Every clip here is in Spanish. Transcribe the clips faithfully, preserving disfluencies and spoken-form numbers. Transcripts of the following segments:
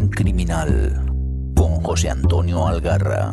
Criminal con José Antonio Algarra.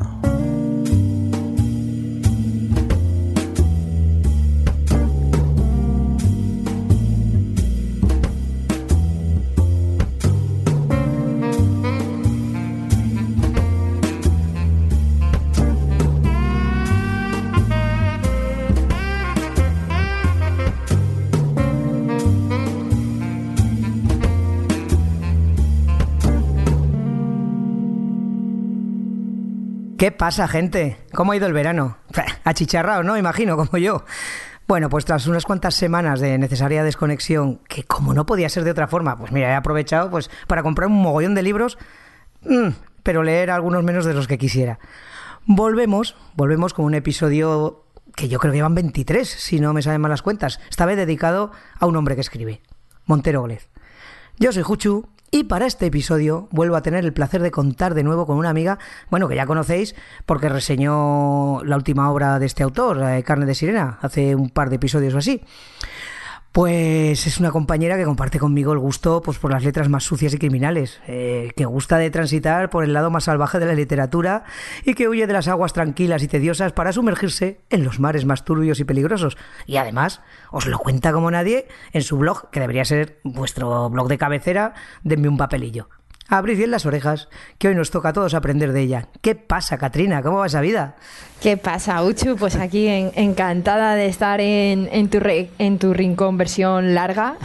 ¿Qué pasa, gente? ¿Cómo ha ido el verano? Achicharrado, ¿no? Imagino, como yo. Bueno, pues tras unas cuantas semanas de necesaria desconexión, que como no podía ser de otra forma, pues mira, he aprovechado pues para comprar un mogollón de libros, mmm, pero leer algunos menos de los que quisiera. Volvemos, volvemos con un episodio que yo creo que llevan veintitrés, si no me salen mal las cuentas. Esta vez dedicado a un hombre que escribe, Montero Glez. Yo soy Juchu. Y para este episodio vuelvo a tener el placer de contar de nuevo con una amiga, bueno, que ya conocéis porque reseñó la última obra de este autor, eh, Carne de Sirena, hace un par de episodios o así. Pues es una compañera que comparte conmigo el gusto pues, por las letras más sucias y criminales, eh, que gusta de transitar por el lado más salvaje de la literatura y que huye de las aguas tranquilas y tediosas para sumergirse en los mares más turbios y peligrosos. Y además os lo cuenta como nadie en su blog, que debería ser vuestro blog de cabecera. Denme un papelillo. Abrid bien las orejas, que hoy nos toca a todos aprender de ella. ¿Qué pasa, Katrina? ¿Cómo va esa vida? ¿Qué pasa, Uchu? Pues aquí en, encantada de estar en, en, tu re, en tu rincón versión larga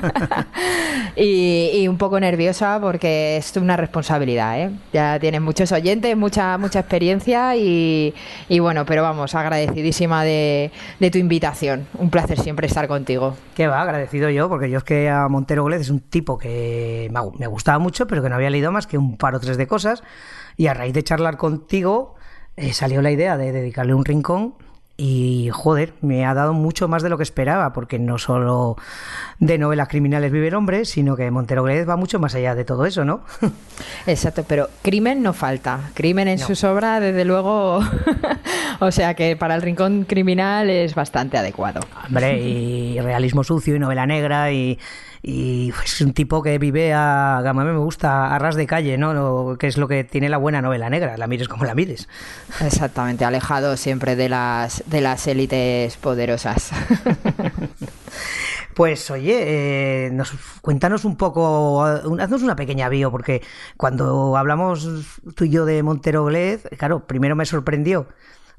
y, y un poco nerviosa porque es una responsabilidad, ¿eh? Ya tienes muchos oyentes, mucha mucha experiencia y, y bueno, pero vamos, agradecidísima de, de tu invitación. Un placer siempre estar contigo. ¿Qué va? Agradecido yo, porque yo es que a Montero Glez es un tipo que me, me gustaba mucho, pero que no había leído más que un par o tres de cosas, y a raíz de charlar contigo eh, salió la idea de dedicarle un rincón y, joder, me ha dado mucho más de lo que esperaba, porque no solo de novelas criminales vive el hombre, sino que Montero Glez va mucho más allá de todo eso, ¿no? Exacto, pero crimen no falta. Crimen en no. sus obras, desde luego, o sea que para el rincón criminal es bastante adecuado. Hombre, y realismo sucio y novela negra y... Y es un tipo que vive a, a mí me gusta, a ras de calle, ¿no? Que es lo que tiene la buena novela negra, la mires como la mires. Exactamente, alejado siempre de las de las élites poderosas. Pues oye, eh, nos, cuéntanos un poco, haznos una pequeña bio, porque cuando hablamos tú y yo de Montero Glez, claro, primero me sorprendió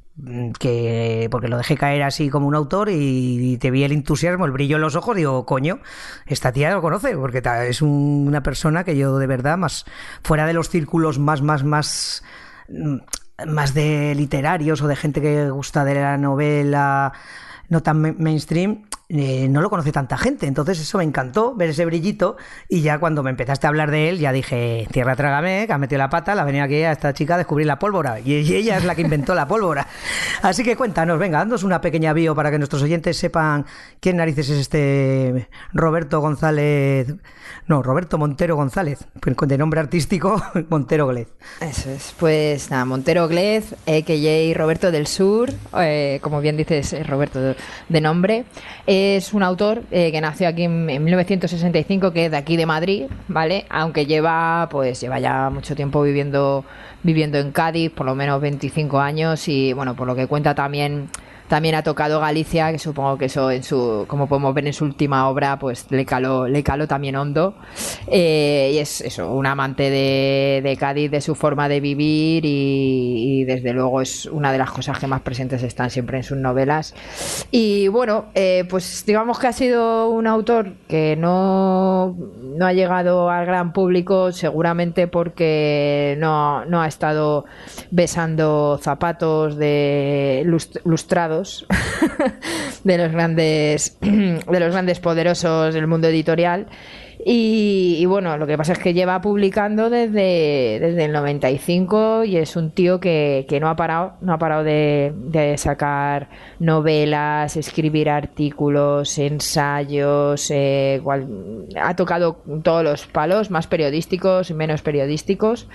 que porque lo dejé caer así como un autor y te vi el entusiasmo, el brillo en los ojos, digo, coño, esta tía lo conoce, porque es un, una persona que yo de verdad, más fuera de los círculos más, más, más, más de literarios o de gente que gusta de la novela no tan mainstream, eh, no lo conoce tanta gente. Entonces eso me encantó, ver ese brillito, y ya cuando me empezaste a hablar de él ya dije, tierra trágame, que ha metido la pata, la venía aquí a esta chica a descubrir la pólvora, y ella es la que inventó la pólvora. Así que cuéntanos, venga, dándonos una pequeña bio para que nuestros oyentes sepan quién narices es este Roberto González, no, Roberto Montero González, de nombre artístico Montero Glez. Eso es, pues nada, Montero Glez, a k a. Roberto del Sur, eh, como bien dices, Roberto de, de nombre. Es un autor eh, que nació aquí en, en mil novecientos sesenta y cinco, que es de aquí de Madrid, ¿vale? Aunque lleva, pues lleva ya mucho tiempo viviendo, viviendo en Cádiz, por lo menos veinticinco años, y bueno, por lo que cuenta también... También ha tocado Galicia, que supongo que eso, en su, como podemos ver en su última obra, pues le caló, le caló también hondo. Eh, y es eso, un amante de, de Cádiz, de su forma de vivir, y, y desde luego es una de las cosas que más presentes están siempre en sus novelas. Y bueno, eh, pues digamos que ha sido un autor que no, no ha llegado al gran público, seguramente porque no, no ha estado besando zapatos de lust, lustrados de los grandes de los grandes poderosos del mundo editorial, y, y bueno, lo que pasa es que lleva publicando desde, desde el noventa y cinco, y es un tío que, que no ha parado no ha parado de, de sacar novelas, escribir artículos, ensayos, eh, igual, ha tocado todos los palos, más periodísticos y menos periodísticos.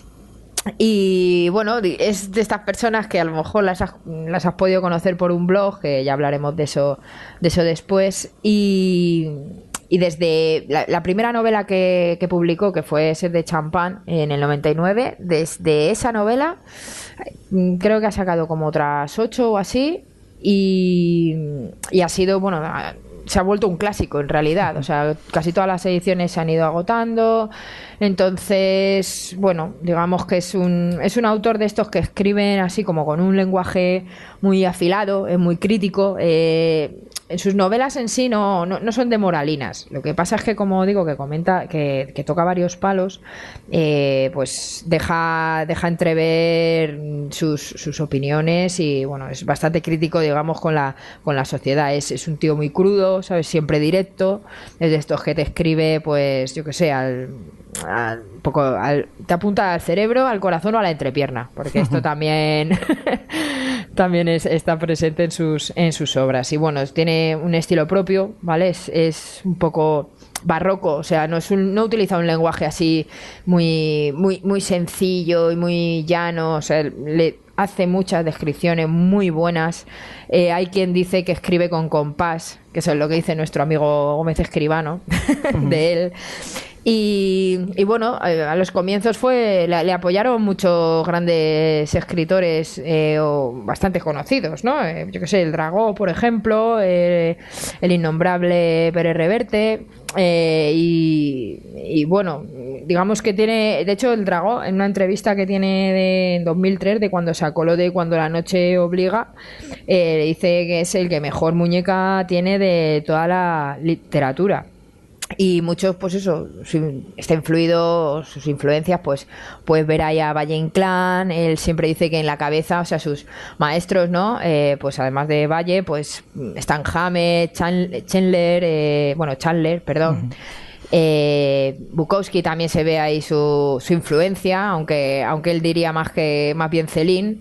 Y bueno, es de estas personas que a lo mejor las has, las has podido conocer por un blog, que ya hablaremos de eso, de eso después, y, y desde la, la primera novela que, que publicó, que fue Sed de Champán en el noventa y nueve, desde esa novela creo que ha sacado como otras ocho o así, y, y ha sido, bueno, se ha vuelto un clásico en realidad, o sea, casi todas las ediciones se han ido agotando. Entonces, bueno, digamos que es un, es un autor de estos que escriben así como con un lenguaje muy afilado, es muy crítico. Eh, en sus novelas en sí no, no, no son de moralinas. Lo que pasa es que, como digo, que comenta, que, que toca varios palos, eh, pues deja, deja entrever sus, sus opiniones y, bueno, es bastante crítico, digamos, con la, con la sociedad. Es, es un tío muy crudo, ¿sabes? Siempre directo. Es de estos que te escribe, pues, yo qué sé, al... Al, poco, al, te apunta al cerebro, al corazón o a la entrepierna, porque esto también también es, está presente en sus en sus obras. Y bueno, tiene un estilo propio, ¿vale? Es, es un poco barroco, o sea, no es un, no utiliza un lenguaje así muy muy muy sencillo y muy llano, o sea, le hace muchas descripciones muy buenas. Eh, hay quien dice que escribe con compás, que eso es lo que dice nuestro amigo Gómez Escribano de él. Y, y bueno, a los comienzos fue le, le apoyaron muchos grandes escritores eh, o bastante conocidos, ¿no? Eh, yo que sé, el Dragó, por ejemplo, eh, el innombrable Pérez Reverte, eh, y, y bueno, digamos que tiene, de hecho el Dragó, en una entrevista que tiene de en dos mil tres, de cuando sacó lo de Cuando la noche obliga, eh, dice que es el que mejor muñeca tiene de toda la literatura. Y muchos, pues eso, está influido, sus influencias, pues puedes ver ahí a Valle Inclán. Él siempre dice que en la cabeza, o sea, sus maestros, ¿no? Eh, pues además de Valle, pues están Hammett, Chandler, eh, bueno, Chandler, perdón. Uh-huh. Eh, Bukowski también se ve ahí su, su influencia, aunque, aunque él diría más que más bien Céline.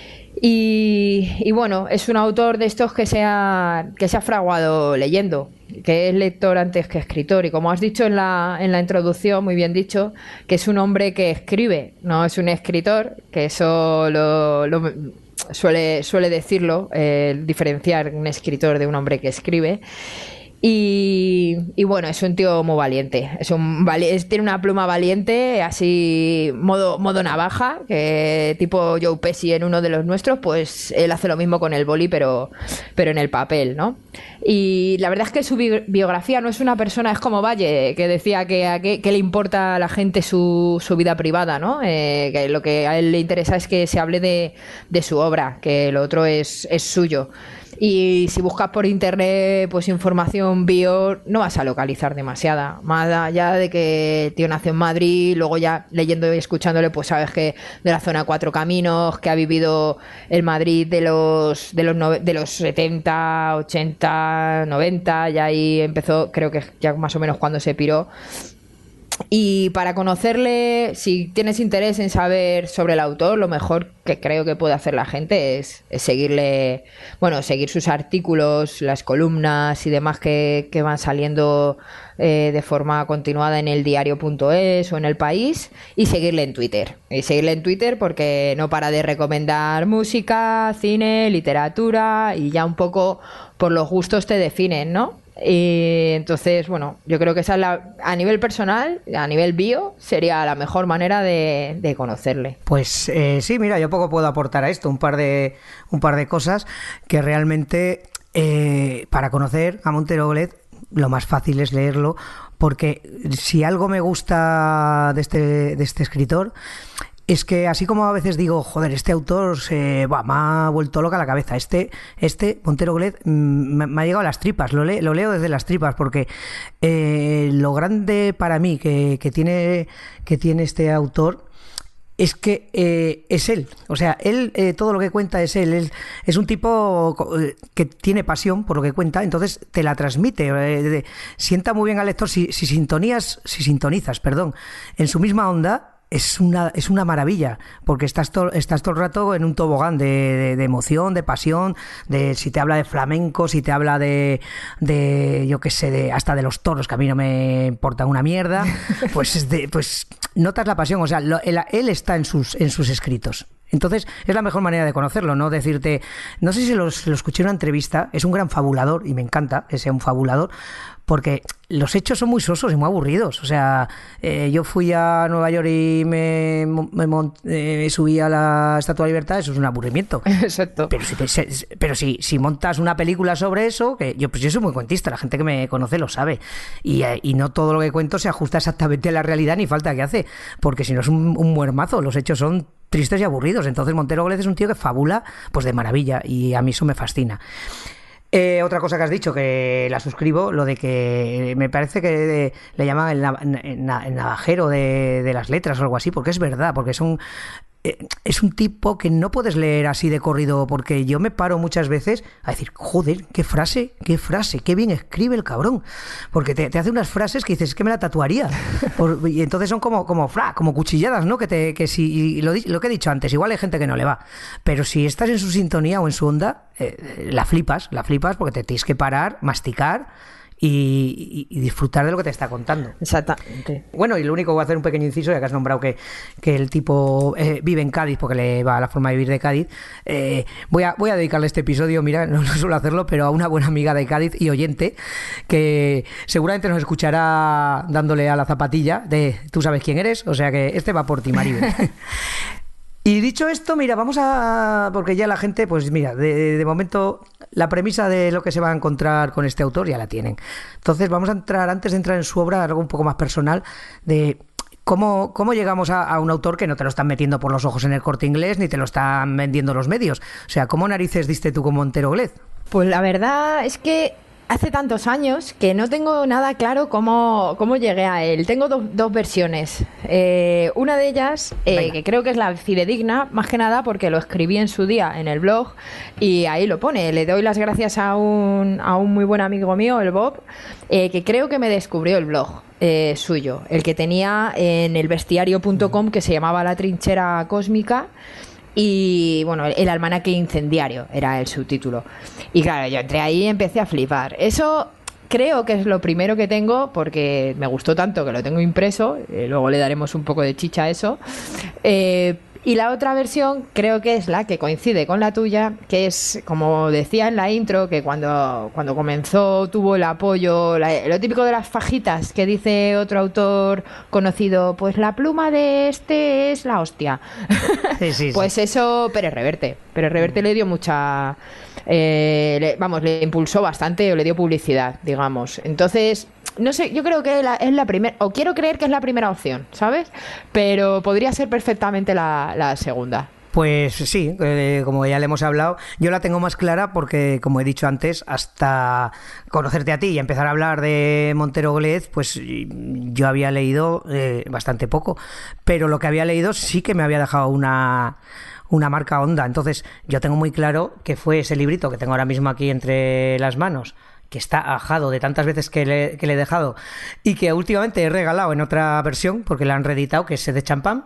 Y, y bueno, es un autor de estos que se ha, que se ha fraguado leyendo, que es lector antes que escritor, y como has dicho en la, en la introducción, muy bien dicho, que es un hombre que escribe, no es un escritor, que eso lo, lo suele, suele decirlo, eh, diferenciar un escritor de un hombre que escribe. Y, y bueno, es un tío muy valiente, es un es, tiene una pluma valiente, así modo modo navaja, que tipo Joe Pesci en uno de los nuestros, pues él hace lo mismo con el boli, pero pero en el papel, ¿no? Y la verdad es que su bi- biografía no es una persona, es como Valle, que decía que a qué, qué le importa a la gente su, su vida privada, ¿no? Eh, que lo que a él le interesa es que se hable de, de su obra, que lo otro es, es suyo. Y si buscas por internet pues información bio, no vas a localizar demasiada, más allá de que el tío nació en Madrid, luego ya leyendo y escuchándole pues sabes que de la zona Cuatro Caminos, que ha vivido el Madrid de los de los no, de los setenta, ochenta, noventa, y ahí empezó, creo que ya más o menos cuando se piró. Y para conocerle, si tienes interés en saber sobre el autor, lo mejor que creo que puede hacer la gente es, es seguirle, bueno, seguir sus artículos, las columnas y demás que, que van saliendo eh, de forma continuada en el diario punto es o en El País, y seguirle en Twitter. Y seguirle en Twitter porque no para de recomendar música, cine, literatura, y ya un poco por los gustos te definen, ¿no? Y entonces, bueno, yo creo que esa es la, a nivel personal, a nivel bio, sería la mejor manera de, de conocerle. Pues eh, sí, mira, yo poco puedo aportar a esto, un par de, un par de cosas que realmente eh, para conocer a Montero Glez lo más fácil es leerlo, porque si algo me gusta de este, de este escritor es que así como a veces digo, joder, este autor se bah, me ha vuelto loca la cabeza, este, este Montero Glez me, me ha llegado a las tripas, lo, le, lo leo desde las tripas, porque eh, lo grande para mí que, que, tiene, que tiene este autor es que eh, es él, o sea, él, eh, todo lo que cuenta es él, él es un tipo que tiene pasión por lo que cuenta, entonces te la transmite, eh, de, sienta muy bien al lector, si, si sintonías, si sintonizas, perdón, en su misma onda. Es una, es una maravilla, porque estás todo, estás todo el rato en un tobogán de, de, de emoción, de pasión, de si te habla de flamenco, si te habla de, de yo qué sé, de, hasta de los toros, que a mí no me importan una mierda, pues, de, pues notas la pasión, o sea, lo, él, él está en sus, en sus escritos. Entonces, es la mejor manera de conocerlo, ¿no? Decirte, no sé si lo, lo escuché en una entrevista, es un gran fabulador, y me encanta que sea un fabulador, porque los hechos son muy sosos y muy aburridos. O sea, eh, yo fui a Nueva York y me, me, mont, eh, subí a la Estatua de Libertad, eso es un aburrimiento. Exacto. Pero, si, pero si, si montas una película sobre eso, que yo, pues yo soy muy cuentista, la gente que me conoce lo sabe, y, y no todo lo que cuento se ajusta exactamente a la realidad ni falta que hace, porque si no es un, un muermazo, los hechos son tristes y aburridos. Entonces Montero Glez es un tío que fabula pues de maravilla, y a mí eso me fascina. Eh, otra cosa que has dicho, que la suscribo, lo de que me parece que le llaman el, nav el navajero de, de las letras o algo así, porque es verdad, porque son... es un tipo que no puedes leer así de corrido, porque yo me paro muchas veces a decir, joder, qué frase, qué frase, qué bien escribe el cabrón, porque te, te hace unas frases que dices, es que me la tatuaría. Por, y entonces son como como fra, como cuchilladas, ¿no? Que te que si lo, lo que he dicho antes, igual hay gente que no le va, pero si estás en su sintonía o en su onda, eh, la flipas, la flipas porque te tienes que parar, masticar Y, y, y disfrutar de lo que te está contando. Exactamente. Bueno, y lo único, voy a hacer un pequeño inciso, ya que has nombrado que, que el tipo eh, vive en Cádiz, porque le va a la forma de vivir de Cádiz. Eh, voy, a, voy a dedicarle este episodio, mira, no, no suelo hacerlo, pero a una buena amiga de Cádiz y oyente, que seguramente nos escuchará dándole a la zapatilla de tú sabes quién eres, o sea que este va por ti, Maribel. Y dicho esto, mira, vamos a... porque ya la gente, pues mira, de, de momento la premisa de lo que se va a encontrar con este autor ya la tienen. Entonces vamos a entrar, antes de entrar en su obra, algo un poco más personal, de cómo, cómo llegamos a, a un autor que no te lo están metiendo por los ojos en el Corte Inglés, ni te lo están vendiendo los medios. O sea, ¿cómo narices diste tú con Montero Glez? Pues la verdad es que hace tantos años que no tengo nada claro cómo, cómo llegué a él. Tengo do, dos versiones. Eh, una de ellas, eh, que creo que es la fidedigna, más que nada porque lo escribí en su día en el blog y ahí lo pone. Le doy las gracias a un, a un muy buen amigo mío, el Bob, eh, que creo que me descubrió el blog eh, suyo, el que tenía en el bestiario punto com, que se llamaba La Trinchera Cósmica. Y bueno, el almanaque incendiario era el subtítulo. Y claro, yo entré ahí y empecé a flipar. Eso creo que es lo primero que tengo, porque me gustó tanto que lo tengo impreso. Eh, luego le daremos un poco de chicha a eso. Eh, y la otra versión creo que es la que coincide con la tuya, que es, como decía en la intro, que cuando, cuando comenzó tuvo el apoyo, la, lo típico de las fajitas que dice otro autor conocido, pues la pluma de este es la hostia. Sí, sí, pues sí. Eso, Pérez Reverte. Pérez Reverte le dio mucha... Eh, le, vamos, le impulsó bastante o le dio publicidad, digamos. Entonces... no sé, yo creo que la, es la primera, o quiero creer que es la primera opción, ¿sabes? Pero podría ser perfectamente la, la segunda. Pues sí, eh, como ya le hemos hablado, yo la tengo más clara porque, como he dicho antes, hasta conocerte a ti y empezar a hablar de Montero Glez, pues yo había leído eh, bastante poco, pero lo que había leído sí que me había dejado una... una marca honda. Entonces yo tengo muy claro que fue ese librito que tengo ahora mismo aquí entre las manos, que está ajado de tantas veces que le, que le he dejado y que últimamente he regalado en otra versión porque la han reeditado, que es de champán.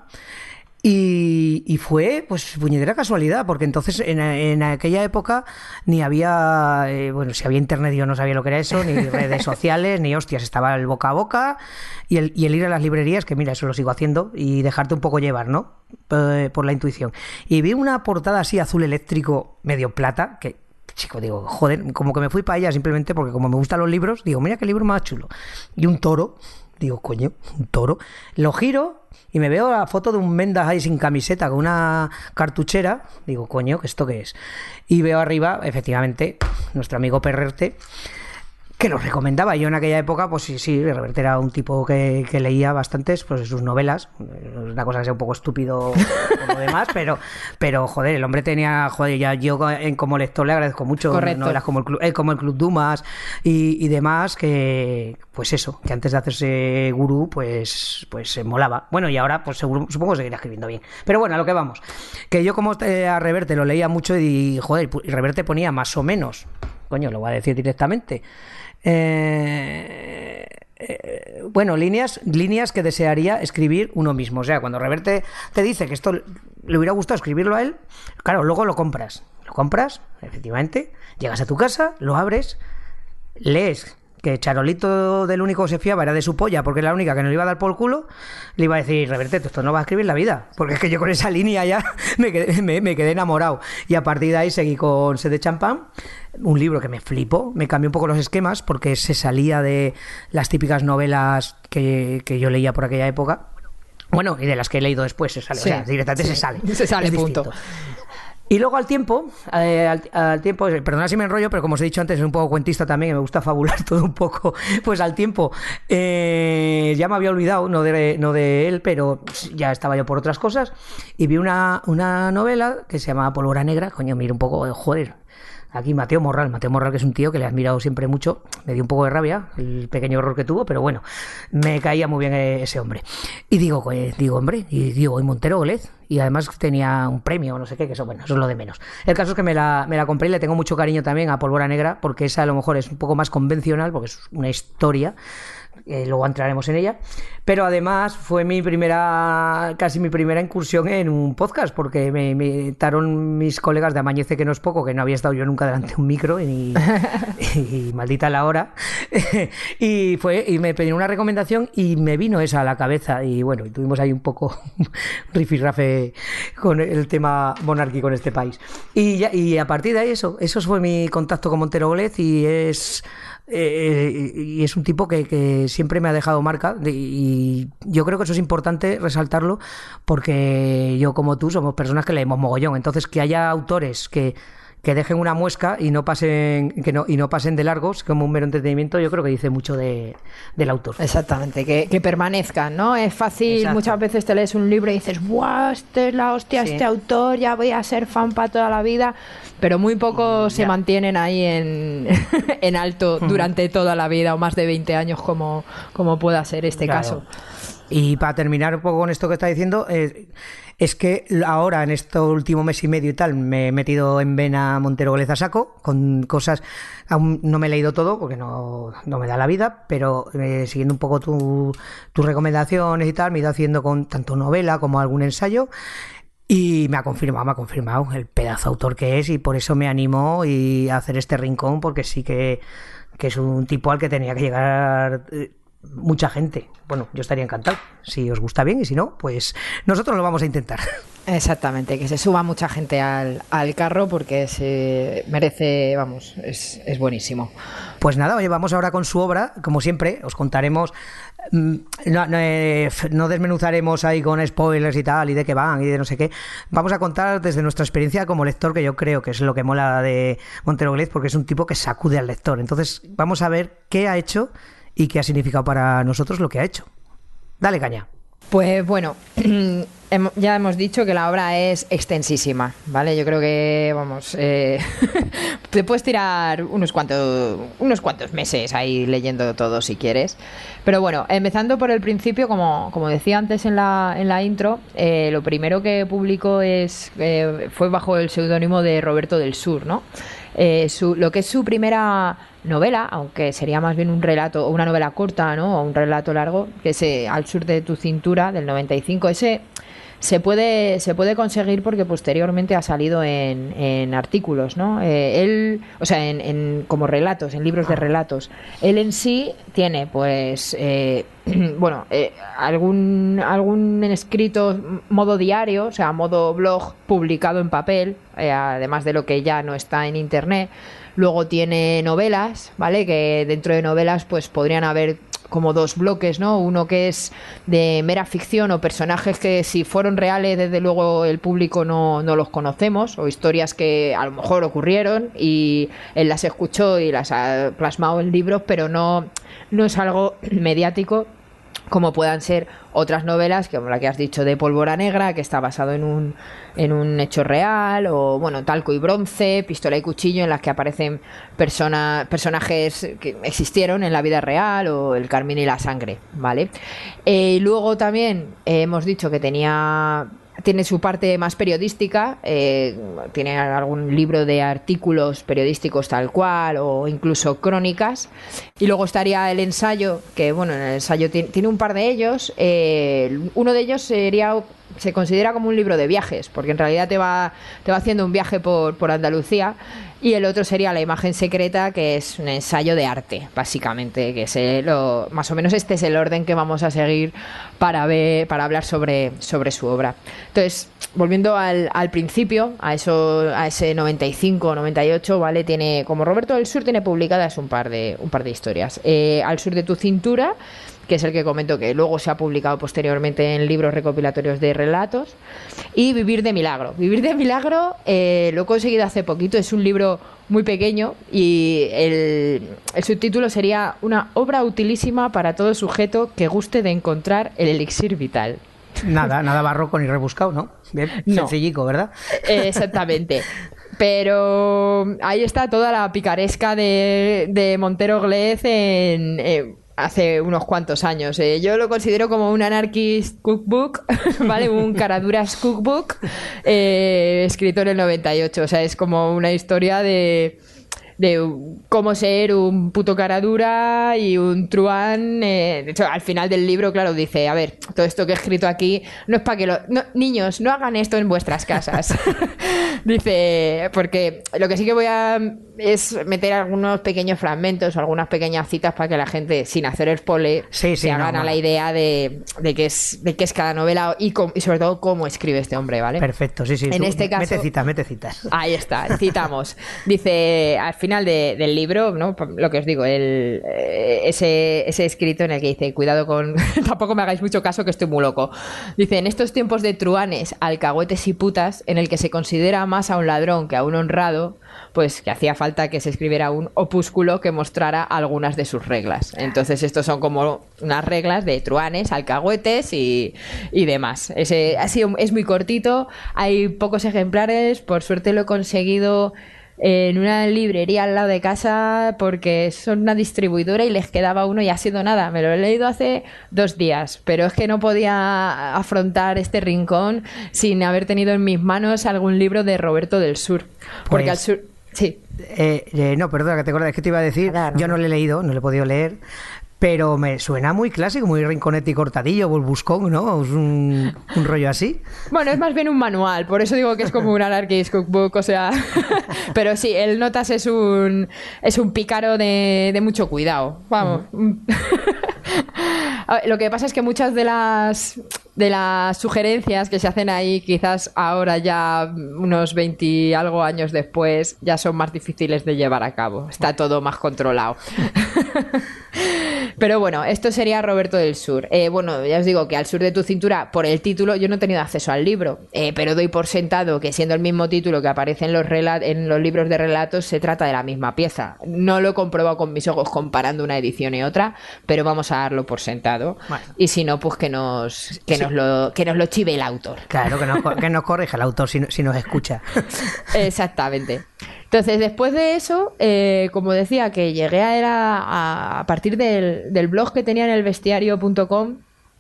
Y, y fue, pues, puñetera casualidad, porque entonces en, en aquella época ni había, eh, bueno, si había internet yo no sabía lo que era eso, ni redes sociales, ni hostias, estaba el boca a boca y el, y el ir a las librerías, que mira, eso lo sigo haciendo, y dejarte un poco llevar, ¿no? Eh, por la intuición. Y vi una portada así azul eléctrico, medio plata, que... chico, digo, joder, como que me fui para allá simplemente porque como me gustan los libros, digo, mira qué libro más chulo. Y un toro, digo, coño, un toro. Lo giro y me veo la foto de un Mendas ahí sin camiseta, con una cartuchera. Digo, coño, ¿esto qué es? Y veo arriba, efectivamente, nuestro amigo Perrerte, que lo recomendaba. Yo en aquella época, pues sí, sí, Reverte era un tipo que, que leía bastantes, pues sus novelas. Es una cosa que sea un poco estúpido por lo demás, pero, pero joder, el hombre tenía, joder, ya yo en, como lector le agradezco mucho. Correcto. Novelas como el, Club, eh, como el Club Dumas y, y demás, que pues eso, que antes de hacerse gurú, pues, pues se molaba. Bueno, y ahora, pues seguro, supongo que seguirá escribiendo bien. Pero bueno, a lo que vamos. Que yo como eh, a Reverte lo leía mucho y, joder, y Reverte ponía más o menos, coño, lo voy a decir directamente, Eh, eh, bueno, líneas, líneas que desearía escribir uno mismo. O sea, cuando Reverte te dice que esto le hubiera gustado escribirlo a él, claro, luego lo compras. Lo compras, efectivamente, llegas a tu casa, lo abres, lees que Charolito del único que se fiaba era de su polla, porque era la única que no le iba a dar por el culo, le iba a decir, Reverte, esto no vas a escribir en la vida, porque es que yo con esa línea ya me quedé, me, me quedé enamorado. Y a partir de ahí seguí con Sed de Champán, un libro que me flipó, me cambió un poco los esquemas, porque se salía de las típicas novelas que, que yo leía por aquella época. Bueno, y de las que he leído después se sale, sí, o sea, directamente sí, se sale. Se sale, punto. Distinto. Y luego al tiempo, eh, al, al tiempo, perdona si me enrollo, pero como os he dicho antes, soy un poco cuentista también, y me gusta fabular todo un poco. Pues al tiempo, eh, ya me había olvidado, no de, no de él, pero ya estaba yo por otras cosas, y vi una, una novela que se llama Pólvora Negra. Coño, mira un poco, joder. Aquí Mateo Morral, Mateo Morral, que es un tío que le he admirado siempre mucho, me dio un poco de rabia el pequeño error que tuvo, pero bueno, me caía muy bien ese hombre. Y digo, pues, digo, hombre, y digo, y Montero Glez, y además tenía un premio, no sé qué, que eso, bueno, eso es lo de menos. El caso es que me la, me la compré y le tengo mucho cariño también a Pólvora Negra, porque esa a lo mejor es un poco más convencional, porque es una historia. Eh, luego entraremos en ella, pero además fue mi primera, casi mi primera incursión en un podcast, porque me invitaron mis colegas de Amañece, que no es poco, que no había estado yo nunca delante de un micro, y, y, y maldita la hora, y fue y me pidieron una recomendación y me vino esa a la cabeza, y bueno, y tuvimos ahí un poco rifirrafe con el tema monárquico en este país, y, ya, y a partir de ahí eso, eso fue mi contacto con Montero Glez, y es... Eh, y es un tipo que, que siempre me ha dejado marca, y yo creo que eso es importante resaltarlo, porque yo como tú somos personas que leemos mogollón, entonces que haya autores que que dejen una muesca y no pasen que no y no pasen de largos como un mero entretenimiento, yo creo que dice mucho de, del autor. Exactamente, que, que permanezcan, ¿no? Es fácil. Exacto. Muchas veces te lees un libro y dices, ¡buah, este es la hostia, sí. este autor, ya voy a ser fan para toda la vida! Pero muy pocos mm, se mantienen ahí en, en alto durante toda la vida, o más de veinte años, como, como pueda ser este claro. caso. Y para terminar un poco con esto que está diciendo, eh, es que ahora, en este último mes y medio y tal, me he metido en vena Montero Glez a saco, con cosas, aún no me he leído todo porque no, no me da la vida, pero eh, siguiendo un poco tu, tus recomendaciones y tal, me he ido haciendo con tanto novela como algún ensayo, y me ha confirmado, me ha confirmado el pedazo autor que es, y por eso me animo y a hacer este rincón, porque sí que, que es un tipo al que tenía que llegar... Eh, mucha gente. Bueno, yo estaría encantado si os gusta bien, y si no, pues nosotros lo vamos a intentar. Exactamente, que se suba mucha gente al, al carro, porque se merece, vamos, es, es buenísimo. Pues nada, oye, vamos ahora con su obra. Como siempre, os contaremos, no, no, eh, no desmenuzaremos ahí con spoilers y tal, y de qué van, y de no sé qué. Vamos a contar desde nuestra experiencia como lector, que yo creo que es lo que mola de Montero Glez, porque es un tipo que sacude al lector. Entonces, vamos a ver qué ha hecho y qué ha significado para nosotros lo que ha hecho. Dale caña. Pues bueno, ya hemos dicho que la obra es extensísima, ¿vale? Yo creo que, vamos, eh, te puedes tirar unos cuantos, unos cuantos meses ahí leyendo todo si quieres. Pero bueno, empezando por el principio, como, como decía antes en la, en la intro, eh, lo primero que publicó es, eh, fue bajo el seudónimo de Roberto del Sur, ¿no? Eh, su, lo que es su primera novela, aunque sería más bien un relato o una novela corta, ¿no? O un relato largo, que es eh, Al sur de tu cintura, del noventa y cinco. Ese se puede se puede conseguir porque posteriormente ha salido en, en artículos, ¿no? Eh, él, o sea, en, en como relatos, en libros de relatos. Él en sí tiene, pues, eh, bueno, eh, algún algún escrito modo diario, o sea, modo blog publicado en papel, eh, además de lo que ya no está en internet. Luego tiene novelas, ¿vale? Que dentro de novelas pues podrían haber como dos bloques, ¿no? Uno que es de mera ficción, o personajes que si fueron reales, desde luego el público no, no los conocemos, o historias que a lo mejor ocurrieron y él las escuchó y las ha plasmado en libros, pero no, no es algo mediático, como puedan ser otras novelas, como la que has dicho de Pólvora Negra, que está basado en un, en un hecho real, o bueno, Talco y Bronce, Pistola y Cuchillo, en las que aparecen persona, personajes que existieron en la vida real, o El Carmín y la Sangre, ¿vale? Eh, luego también eh, hemos dicho que tenía... tiene su parte más periodística, eh, tiene algún libro de artículos periodísticos tal cual, o incluso crónicas. Y luego estaría el ensayo, que bueno, en el ensayo tiene, tiene un par de ellos. Eh, uno de ellos sería se considera como un libro de viajes, porque en realidad te va, te va haciendo un viaje por, por Andalucía, y el otro sería La imagen secreta, que es un ensayo de arte, básicamente, que es lo, más o menos este es el orden que vamos a seguir para ver, para hablar sobre, sobre su obra. Entonces, volviendo al, al principio, a eso, a ese noventa y cinco, noventa y ocho, ¿vale? Tiene, como Roberto del Sur, tiene publicadas un par de, un par de historias. Eh, Al sur de tu cintura, que es el que comento que luego se ha publicado posteriormente en libros recopilatorios de relatos, y Vivir de Milagro. Vivir de Milagro eh, lo he conseguido hace poquito, es un libro muy pequeño y el, el subtítulo sería Una obra utilísima para todo sujeto que guste de encontrar el elixir vital. Nada, nada barroco ni rebuscado, ¿no? Bien, no. Sencillico, ¿verdad? Eh, exactamente. Pero ahí está toda la picaresca de, de Montero Glez en... Eh, hace unos cuantos años. Eh, yo lo considero como un anarchist cookbook, ¿vale? Un caraduras cookbook, eh, escrito en el noventa y ocho. O sea, es como una historia de... de cómo ser un puto caradura y un truán. Eh, de hecho, al final del libro, claro, dice, a ver, todo esto que he escrito aquí no es para que los... No, niños, no hagan esto en vuestras casas. Dice, porque lo que sí que voy a... es meter algunos pequeños fragmentos o algunas pequeñas citas para que la gente, sin hacer el spoiler, sí, sí, se hagan no, a no. la idea de, de, qué es, de qué es cada novela y, com, y sobre todo cómo escribe este hombre, ¿vale? Perfecto, sí, sí. En tú, este caso... Mete citas, mete citas. Ahí está, citamos. Dice, al final de, del libro, ¿no? Lo que os digo, el, ese, ese escrito en el que dice, cuidado con... tampoco me hagáis mucho caso que estoy muy loco. Dice, en estos tiempos de truanes, alcahuetes y putas, en el que se considera más a un ladrón que a un honrado, pues que hacía falta que se escribiera un opúsculo que mostrara algunas de sus reglas. Entonces estos son como unas reglas de truanes, alcahuetes y, y demás. Ese, ha sido, es muy cortito, hay pocos ejemplares, por suerte lo he conseguido en una librería al lado de casa porque son una distribuidora y les quedaba uno y ha sido nada. Me lo he leído hace dos días, pero es que no podía afrontar este rincón sin haber tenido en mis manos algún libro de Roberto del Sur. Porque Pues... al sur... Sí. Eh, eh, no, perdona, que te acuerdas, es que te iba a decir, Nada, no. yo no lo he leído, no lo he podido leer, pero me suena muy clásico, muy Rinconete y Cortadillo, Buscón, ¿no? Es un, un rollo así. Bueno, es más bien un manual, por eso digo que es como un anarchist cookbook, o sea... Pero sí, el Notas es un es un pícaro de, de mucho cuidado, vamos. Uh-huh. Lo que pasa es que muchas de las de las sugerencias que se hacen ahí, quizás ahora ya unos veinte y algo años después, ya son más difíciles de llevar a cabo. Está todo más controlado. Pero bueno, esto sería Roberto del Sur. Eh, bueno, ya os digo que Al sur de tu cintura, por el título, yo no he tenido acceso al libro, eh, pero doy por sentado que siendo el mismo título que aparece en los, relat- en los libros de relatos, se trata de la misma pieza. No lo he comprobado con mis ojos comparando una edición y otra, pero vamos a darlo por sentado. Bueno. Y si no, pues que nos que, sí. nos lo, que nos lo chive el autor. Claro, que nos, que nos corrija el autor si, si nos escucha. Exactamente. Entonces, después de eso, eh, como decía, que llegué a, era a, a partir del, del blog que tenía en el bestiario punto com,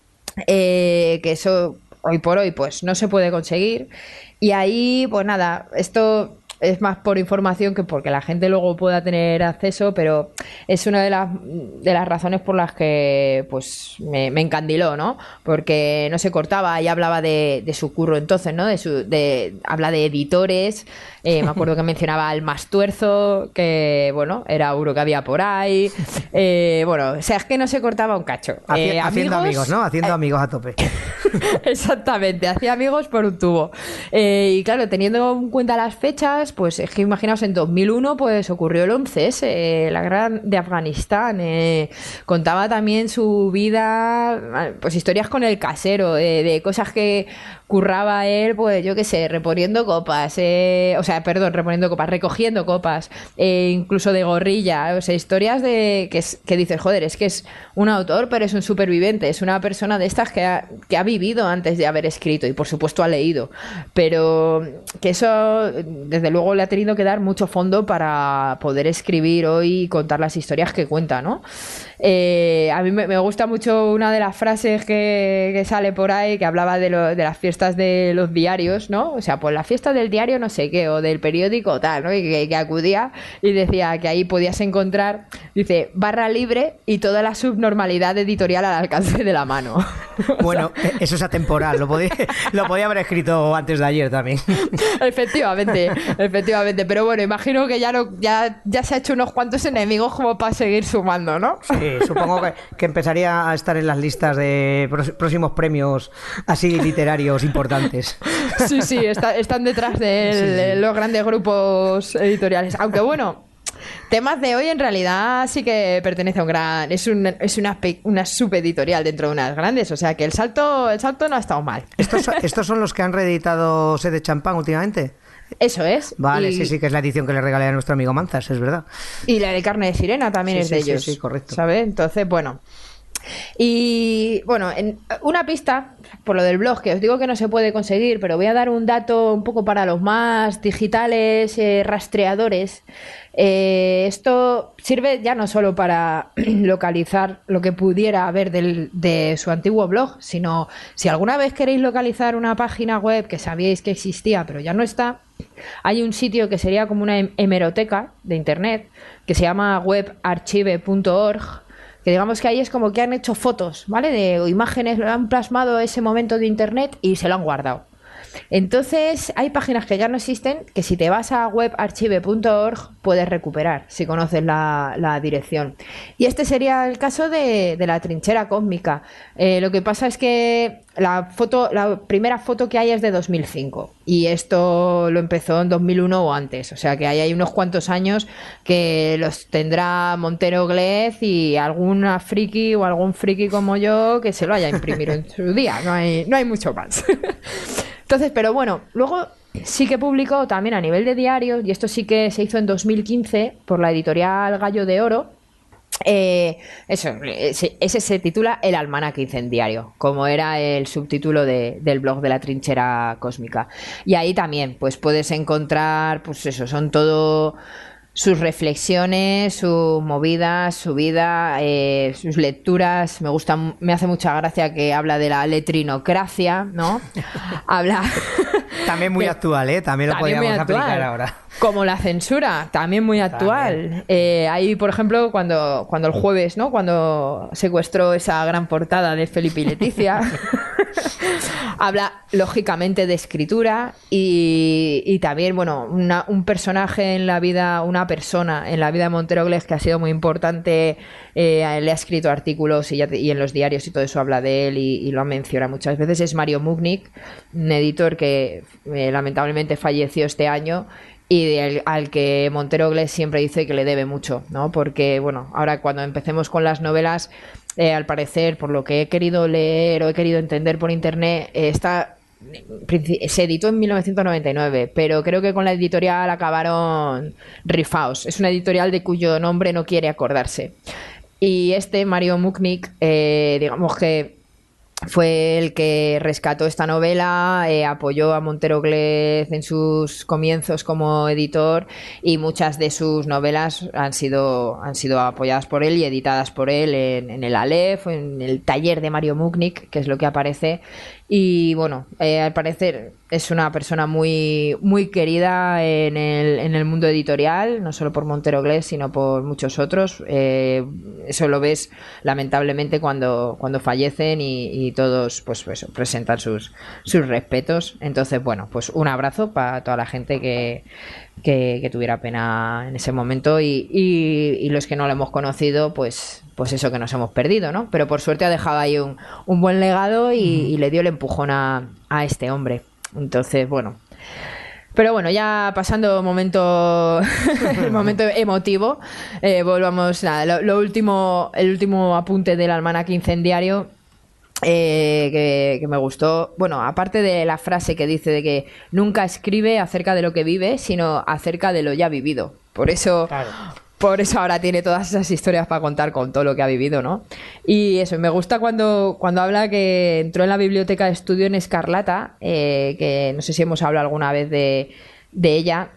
eh, que eso hoy por hoy pues no se puede conseguir. Y ahí, pues nada, esto es más por información que porque la gente luego pueda tener acceso, pero es una de las, de las razones por las que pues me, me encandiló, ¿no? Porque no se cortaba y hablaba de, de su curro entonces, ¿no? De su, de, habla de editores. Eh, me acuerdo que mencionaba al Mastuerzo, que, bueno, era uno que había por ahí. Eh, bueno, o sea, es que no se cortaba un cacho. Haci- Eh, haciendo amigos, amigos, ¿no? Haciendo eh, amigos a tope. Exactamente, hacía amigos por un tubo. Eh, y claro, teniendo en cuenta las fechas, pues es que imaginaos, en dos mil uno pues ocurrió el once ese, eh, la guerra de Afganistán. Eh, contaba también su vida, pues historias con el casero, eh, de cosas que curraba él, pues yo qué sé, reponiendo copas, eh, o sea, perdón, reponiendo copas, recogiendo copas, eh, incluso de gorrilla, o sea, historias de que, es, que dices, joder, es que es un autor, pero es un superviviente, es una persona de estas que ha, que ha vivido antes de haber escrito y por supuesto ha leído, pero que eso desde luego le ha tenido que dar mucho fondo para poder escribir hoy y contar las historias que cuenta, ¿no? Eh, a mí me, me gusta mucho una de las frases que, que sale por ahí, que hablaba de, lo, de las fiestas de los diarios, ¿no? O sea, pues la fiesta del diario no sé qué, o del periódico tal, ¿no? Y que, que acudía y decía que ahí podías encontrar, dice, barra libre y toda la subnormalidad editorial al alcance de la mano. Bueno, o sea, eso eso es atemporal, lo podía, lo podía haber escrito antes de ayer también. Efectivamente, efectivamente. Pero bueno, imagino que ya, no, ya, ya se ha hecho unos cuantos enemigos como para seguir sumando, ¿no? Sí, supongo que, que empezaría a estar en las listas de próximos premios así literarios importantes. Sí, sí, está, están detrás de él, sí, sí. Los grandes grupos editoriales. Aunque bueno, temas de hoy en realidad sí que pertenece a un gran... Es, un, es una, una subeditorial dentro de unas grandes, o sea que el salto, el salto no ha estado mal. ¿Estos, ¿Estos son los que han reeditado Sed de Champán últimamente? Eso es. Vale, y... sí, sí, que es la edición que le regalé a nuestro amigo Manzas, es verdad. Y la de Carne de Sirena también, sí, es de sí, ellos. Sí, sí, correcto. ¿Sabes? Entonces, bueno... Y bueno, en una pista por lo del blog, que os digo que no se puede conseguir, pero voy a dar un dato un poco para los más digitales, eh, rastreadores. Eh, esto sirve ya no solo para localizar lo que pudiera haber del, de su antiguo blog, sino si alguna vez queréis localizar una página web que sabíais que existía pero ya no está, hay un sitio que sería como una hemeroteca de internet que se llama web archive punto org, que digamos que ahí es como que han hecho fotos, ¿vale? De imágenes, lo han plasmado ese momento de internet y se lo han guardado. Entonces hay páginas que ya no existen que si te vas a web archive punto org puedes recuperar si conoces la, la dirección. Y este sería el caso de, de la trinchera cósmica. Eh, lo que pasa es que la foto, la primera foto que hay es de dos mil cinco y esto lo empezó en dos mil uno o antes, o sea que ahí hay unos cuantos años que los tendrá Montero Glez y alguna friki o algún friki como yo que se lo haya imprimido en su día, no hay, no hay mucho más. Entonces, pero bueno, luego sí que publicó también a nivel de diarios, y esto sí que se hizo en dos mil quince por la editorial Gallo de Oro. Eh, eso, ese, ese se titula El Almanaque Incendiario, como era el subtítulo de, del blog de la Trinchera Cósmica. Y ahí también, pues puedes encontrar, pues eso, son todo... sus reflexiones, sus movidas, su vida, eh, sus lecturas. Me gusta, me hace mucha gracia que habla de la letrinocracia, ¿no? Habla... También muy de, actual, ¿eh? También lo también podríamos actual, aplicar ahora. Como la censura, también muy actual. Eh, ahí, por ejemplo, cuando, cuando el jueves, ¿no? Cuando secuestró esa gran portada de Felipe y Leticia... Habla lógicamente de escritura y, y también, bueno, una, un personaje en la vida, una persona en la vida de Montero Glez que ha sido muy importante, eh, le ha escrito artículos y, ya, y en los diarios y todo eso habla de él y, y lo menciona muchas veces, es Mario Mugnick, un editor que eh, lamentablemente falleció este año y del, al que Montero Glez siempre dice que le debe mucho, ¿no? Porque, bueno, ahora cuando empecemos con las novelas... Eh, al parecer, por lo que he querido leer o he querido entender por internet, eh, está, se editó en mil novecientos noventa y nueve, pero creo que con la editorial acabaron rifaos. Es una editorial de cuyo nombre no quiere acordarse. Y este, Mario Mugnick, eh, digamos que fue el que rescató esta novela, eh, apoyó a Montero Glez en sus comienzos como editor y muchas de sus novelas han sido, han sido apoyadas por él y editadas por él en, en el Aleph, en el taller de Mario Mugnick, que es lo que aparece. Y bueno, eh, al parecer es una persona muy, muy querida en el, en el mundo editorial, no solo por Montero Glez, sino por muchos otros. Eh, eso lo ves lamentablemente cuando, cuando fallecen y, y todos pues, pues presentan sus, sus respetos. Entonces, bueno, pues un abrazo para toda la gente que, que, que tuviera pena en ese momento y, y, y los que no lo hemos conocido, pues... pues eso que nos hemos perdido, ¿no? Pero por suerte ha dejado ahí un, un buen legado y, y le dio el empujón a, a este hombre. Entonces, bueno. Pero bueno, ya pasando momento el momento emotivo, eh, volvamos nada, lo, lo último, el último apunte del almanaque incendiario. Eh, que, que me gustó, bueno, aparte de la frase que dice de que nunca escribe acerca de lo que vive, sino acerca de lo ya vivido. Por eso... Claro. Por eso ahora tiene todas esas historias para contar con todo lo que ha vivido, ¿no? Y eso, me gusta cuando, cuando habla que entró en la biblioteca de estudio en Escarlata, eh, que no sé si hemos hablado alguna vez de, de ella.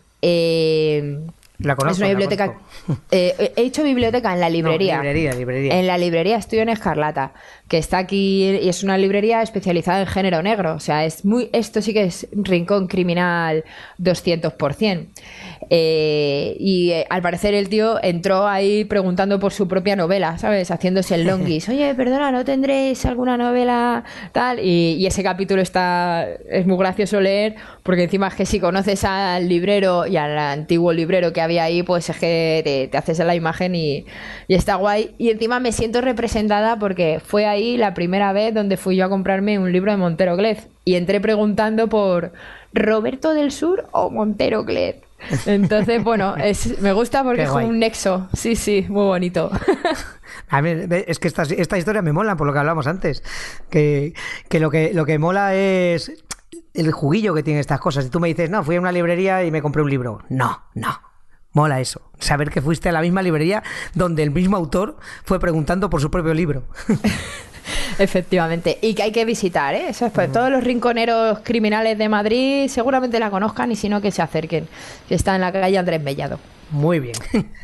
Eh, la conozco, es una biblioteca. La eh, he hecho biblioteca en la librería. No, librería, librería. En la librería Estudio en Escarlata. que está aquí y es una librería especializada en género negro. O sea, es muy, esto sí que es rincón criminal doscientos por ciento. Eh, y eh, al parecer el tío entró ahí preguntando por su propia novela, ¿sabes? Haciéndose el longis. Oye, perdona, ¿no tendréis alguna novela tal? Y, y ese capítulo está es muy gracioso leer, porque encima es que si conoces al librero y al antiguo librero que había ahí, pues es que te, te haces la imagen y, y está guay. Y encima me siento representada porque fue ahí la primera vez donde fui yo a comprarme un libro de Montero Glez y entré preguntando por Roberto del Sur o Montero Glez. Entonces, bueno, es, me gusta porque es un nexo. Sí, sí, muy bonito. A mí, es que esta, esta historia me mola por lo que hablamos antes. Que, que, lo que lo que mola es el juguillo que tienen estas cosas. Si tú me dices, no, fui a una librería y me compré un libro. No, no. Mola eso. Saber que fuiste a la misma librería donde el mismo autor fue preguntando por su propio libro. Efectivamente, y que hay que visitar, ¿eh? Eso es, pues, uh-huh. Todos los rinconeros criminales de Madrid seguramente la conozcan y si no que se acerquen, que está en la calle Andrés Mellado. Muy bien.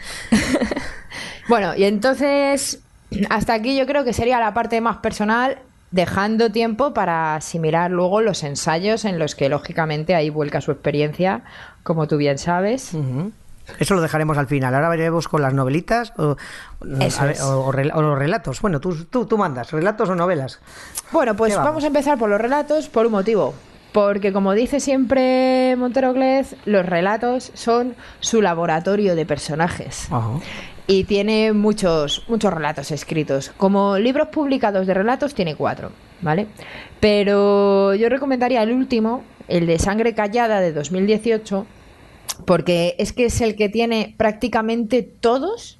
Bueno, y entonces hasta aquí yo creo que sería la parte más personal, dejando tiempo para asimilar luego los ensayos en los que lógicamente ahí vuelca su experiencia, como tú bien sabes. Uh-huh. Eso lo dejaremos al final. Ahora veremos con las novelitas o, a ver, o, o, o los relatos. Bueno, tú, tú, tú mandas, ¿relatos o novelas? Bueno, pues vamos? vamos a empezar por los relatos por un motivo. Porque, como dice siempre Montero Glez, los relatos son su laboratorio de personajes. Uh-huh. Y tiene muchos, muchos relatos escritos. Como libros publicados de relatos tiene cuatro, ¿vale? Pero yo recomendaría el último, el de Sangre Callada de dos mil dieciocho, porque es que es el que tiene prácticamente todos,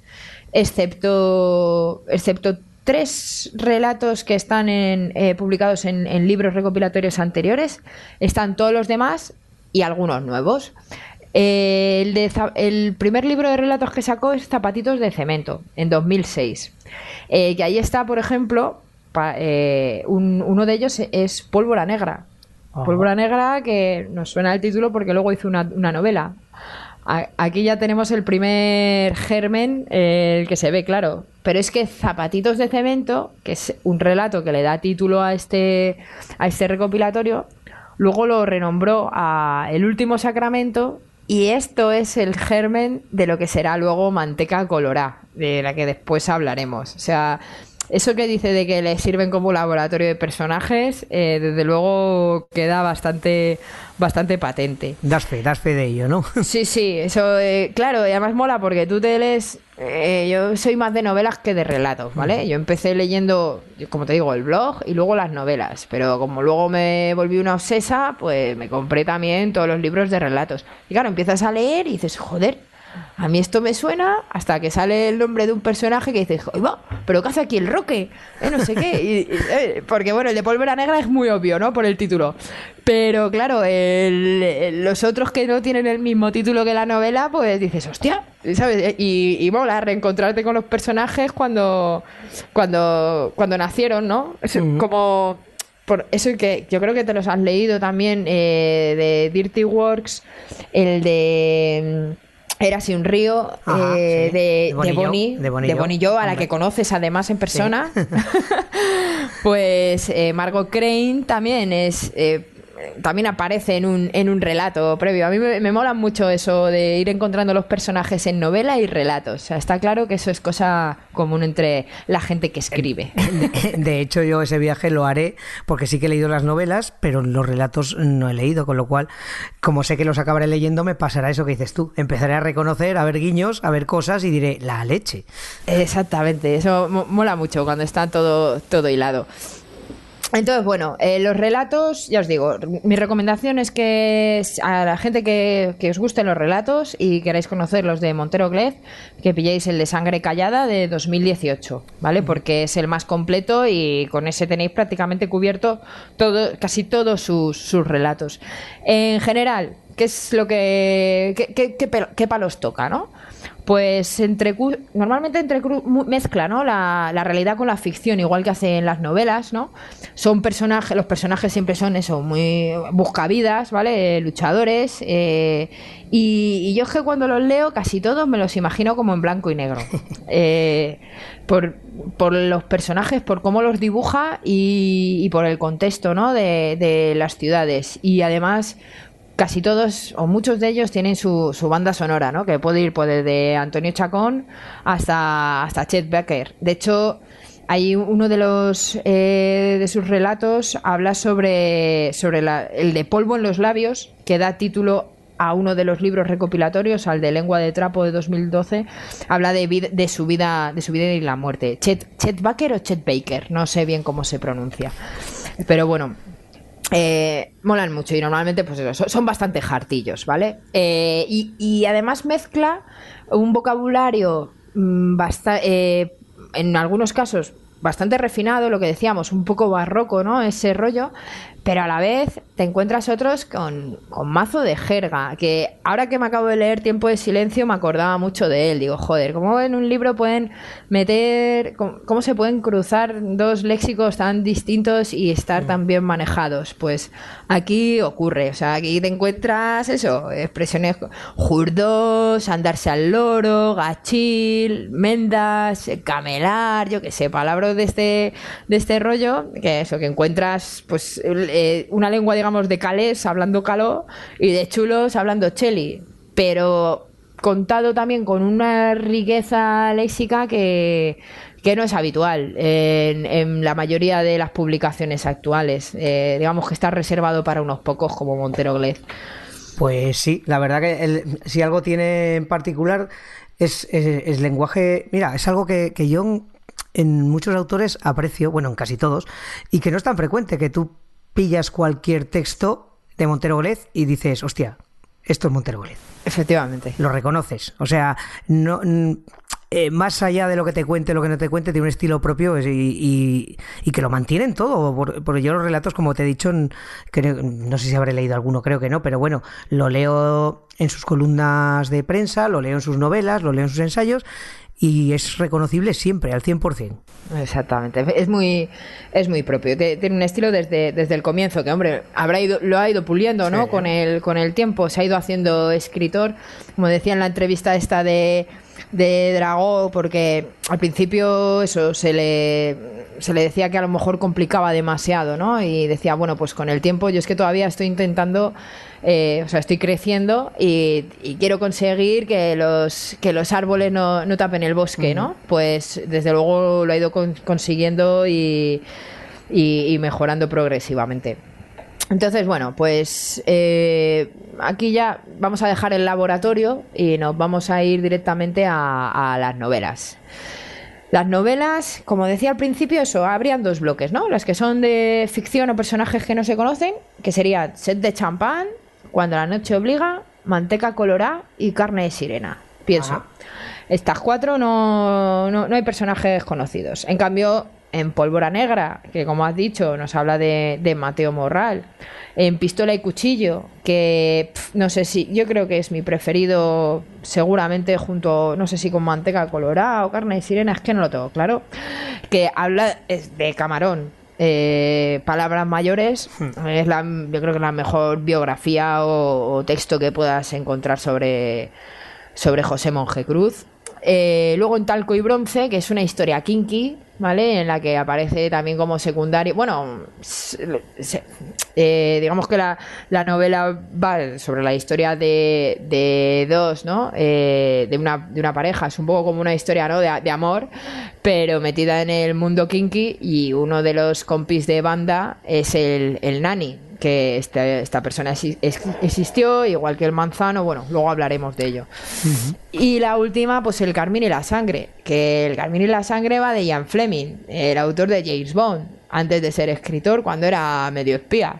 excepto, excepto tres relatos que están en, eh, publicados en, en libros recopilatorios anteriores. Están todos los demás y algunos nuevos. Eh, el, de, el primer libro de relatos que sacó es Zapatitos de Cemento, en dos mil seis. Eh, que ahí está, por ejemplo, pa, eh, un, uno de ellos es Pólvora Negra. Oh. Pólvora Negra, que nos suena el título porque luego hizo una, una novela. Aquí ya tenemos el primer germen, eh, el que se ve, claro. Pero es que Zapatitos de Cemento, que es un relato que le da título a este, a este recopilatorio, luego lo renombró a El Último Sacramento, y esto es el germen de lo que será luego Manteca Colorá, de la que después hablaremos. O sea, eso que dice de que le sirven como laboratorio de personajes, eh, desde luego queda bastante, bastante patente. Das fe, das fe de ello, ¿no? Sí, sí, eso, eh, claro, y además mola porque tú te lees, eh, yo soy más de novelas que de relatos, ¿vale? Uh-huh. Yo empecé leyendo, como te digo, el blog y luego las novelas, pero como luego me volví una obsesa, pues me compré también todos los libros de relatos. Y claro, empiezas a leer y dices, joder, a mí esto me suena, hasta que sale el nombre de un personaje que dices, ¡oiga! ¿Pero qué hace aquí el Roque? ¿Eh? No sé qué. Y, y, eh, porque, bueno, el de Pólvora Negra es muy obvio, ¿no? Por el título. Pero, claro, el, el, los otros que no tienen el mismo título que la novela, pues dices, ¡hostia! ¿Sabes? Y, y mola reencontrarte con los personajes cuando, cuando, cuando nacieron, ¿no? Es mm. como... Por eso que yo creo que te los has leído también, eh, de Dirty Works, el de... Érase un río. Ajá, eh, sí. de, de, Bonnie, de Bonnie, de Bonnie Yo, a la que conoces además en persona. Sí. Pues eh, Margot Crane también es... Eh, también aparece en un, en un relato previo. A mí me, me mola mucho eso de ir encontrando los personajes en novela y relatos. O sea, está claro que eso es cosa común entre la gente que escribe. De, de hecho, yo ese viaje lo haré porque sí que he leído las novelas, pero los relatos no he leído, con lo cual, como sé que los acabaré leyendo, me pasará eso que dices tú. Empezaré a reconocer, a ver guiños, a ver cosas y diré, la leche. Exactamente, eso mola mucho cuando está todo, todo hilado. Entonces, bueno, eh, los relatos, ya os digo, mi recomendación es que a la gente que, que os gusten los relatos y queráis conocer los de Montero Glez, que pilléis el de Sangre Callada de dos mil dieciocho, ¿vale? Porque es el más completo y con ese tenéis prácticamente cubierto todo, casi todos sus, sus relatos. En general, ¿qué es lo que... qué, qué, qué, pel- qué palos toca, ¿no? Pues entre, normalmente entre, mezcla, ¿no?, la, la realidad con la ficción, igual que hace en las novelas, ¿no? Son personajes, los personajes siempre son eso, muy buscavidas, ¿vale? Luchadores. Eh, y, y yo es que cuando los leo, casi todos me los imagino como en blanco y negro. Eh, por, por los personajes, por cómo los dibuja y, y por el contexto, ¿no?, de, de las ciudades. Y además, casi todos o muchos de ellos tienen su, su banda sonora, ¿no?, que puede ir pues, desde Antonio Chacón hasta, hasta Chet Baker. De hecho, hay uno de los eh, de sus relatos habla sobre, sobre la, el de Polvo en los labios, que da título a uno de los libros recopilatorios, al de Lengua de Trapo de dos mil doce. Habla de, vid- de su vida de su vida y la muerte. Chet, Chet Baker o Chet Baker, no sé bien cómo se pronuncia, pero bueno. Eh, molan mucho y normalmente pues eso, son, son bastante jartillos, ¿vale? Eh, y, y además mezcla un vocabulario mmm, basta- eh, en algunos casos bastante refinado, lo que decíamos, un poco barroco, ¿no?, ese rollo, pero a la vez te encuentras otros con, con mazo de jerga, que ahora que me acabo de leer Tiempo de Silencio me acordaba mucho de él. Digo, joder, ¿cómo en un libro pueden meter, cómo, cómo se pueden cruzar dos léxicos tan distintos y estar tan bien manejados? Pues aquí ocurre, o sea, aquí te encuentras eso, expresiones jurdos, andarse al loro, gachil, mendas, camelar, yo qué sé, palabras de este, de este rollo, que eso, que encuentras pues eh, una lengua, digamos, de calés hablando caló y de chulos hablando cheli, pero contado también con una riqueza léxica que, que no es habitual en, en la mayoría de las publicaciones actuales. Eh, digamos que está reservado para unos pocos como Montero Glez. Pues sí, la verdad que el, si algo tiene en particular es, es, es lenguaje. Mira, es algo que, que yo en muchos autores aprecio, bueno, en casi todos, y que no es tan frecuente, que tú pillas cualquier texto de Montero Glez y dices, hostia, esto es Montero Glez. Efectivamente. Lo reconoces. O sea, no, eh, más allá de lo que te cuente, lo que no te cuente, tiene un estilo propio y, y, y que lo mantienen todo. Por, por yo los relatos, como te he dicho, creo, no sé si habré leído alguno, creo que no, pero bueno, lo leo en sus columnas de prensa, lo leo en sus novelas, lo leo en sus ensayos, y es reconocible siempre, al cien por ciento. Exactamente, es muy es muy propio, tiene un estilo desde, desde el comienzo, que hombre, habrá ido, lo ha ido puliendo, ¿no? Sí. Con el, con el tiempo, se ha ido haciendo escritor, como decía en la entrevista esta de, de Dragó, porque al principio eso se le, se le decía que a lo mejor complicaba demasiado, ¿no? Y decía, bueno, pues con el tiempo yo es que todavía estoy intentando... Eh, o sea, estoy creciendo y, y quiero conseguir que los que los árboles no, no tapen el bosque, ¿no? Uh-huh. Pues desde luego lo ha ido con, consiguiendo y, y, y mejorando progresivamente. Entonces, bueno, pues eh, aquí ya vamos a dejar el laboratorio y nos vamos a ir directamente a, a las novelas. Las novelas, como decía al principio, eso, habrían dos bloques, ¿no? Las que son de ficción o personajes que no se conocen, que serían Set de champán, Cuando la noche obliga, Manteca colorá y Carne de sirena. Pienso. Ajá. Estas cuatro no, no, no hay personajes conocidos. En cambio, en Pólvora negra, que como has dicho, nos habla de, de Mateo Morral. En Pistola y cuchillo, que pff, no sé si, yo creo que es mi preferido, seguramente junto, no sé si con Manteca colorá o Carne de sirena, es que no lo tengo claro. Que habla de camarón. Eh, Palabras mayores, hmm. es la, yo creo que es la mejor biografía o, o texto que puedas encontrar sobre, sobre José Monje Cruz. Eh, luego en Talco y bronce, que es una historia kinky, ¿vale? En la que aparece también como secundario. Bueno, se, se, eh, digamos que la, la novela va sobre la historia de, de dos, ¿no? Eh, de, una, de una pareja. Es un poco como una historia, ¿no? De, de amor, pero metida en el mundo kinky. Y uno de los compis de banda es el, el Nani, que este, esta persona existió, igual que el Manzano. Bueno, luego hablaremos de ello. Uh-huh. Y la última, pues el Carmín y la sangre, que el Carmín y la sangre va de Ian Fleming, el autor de James Bond, antes de ser escritor, cuando era medio espía.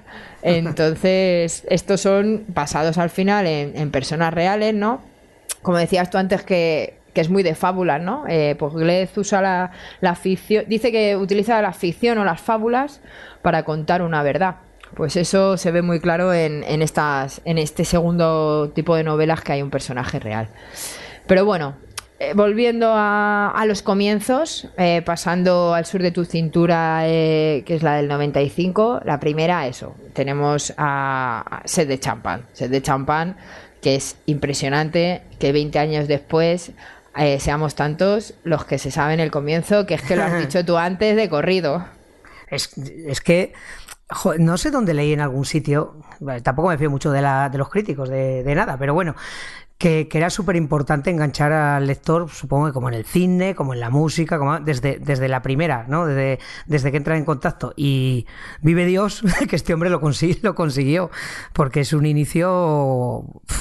Entonces, estos son basados al final en, en personas reales, ¿no? Como decías tú antes, que, que es muy de fábulas, ¿no? Eh, pues Glez usa la, la ficción, dice que utiliza la ficción o las fábulas para contar una verdad. pues eso se ve muy claro en, en, estas, en este segundo tipo de novelas que hay un personaje real. Pero bueno, eh, volviendo a, a los comienzos, eh, pasando al sur de tu cintura, eh, que es la del noventa y cinco, la primera, eso, tenemos a, a Sed de champán. Sed de champán, que es impresionante que veinte años después eh, seamos tantos los que se saben el comienzo, que es que lo has dicho tú antes de corrido. Es, es que joder, no sé dónde leí en algún sitio, bueno, tampoco me fío mucho de, la, de los críticos, de, de nada, pero bueno, que, que era súper importante enganchar al lector, supongo que como en el cine, como en la música, como desde, desde la primera, ¿no? Desde, desde que entra en contacto. Y vive Dios que este hombre lo, consi- lo consiguió, porque es un inicio...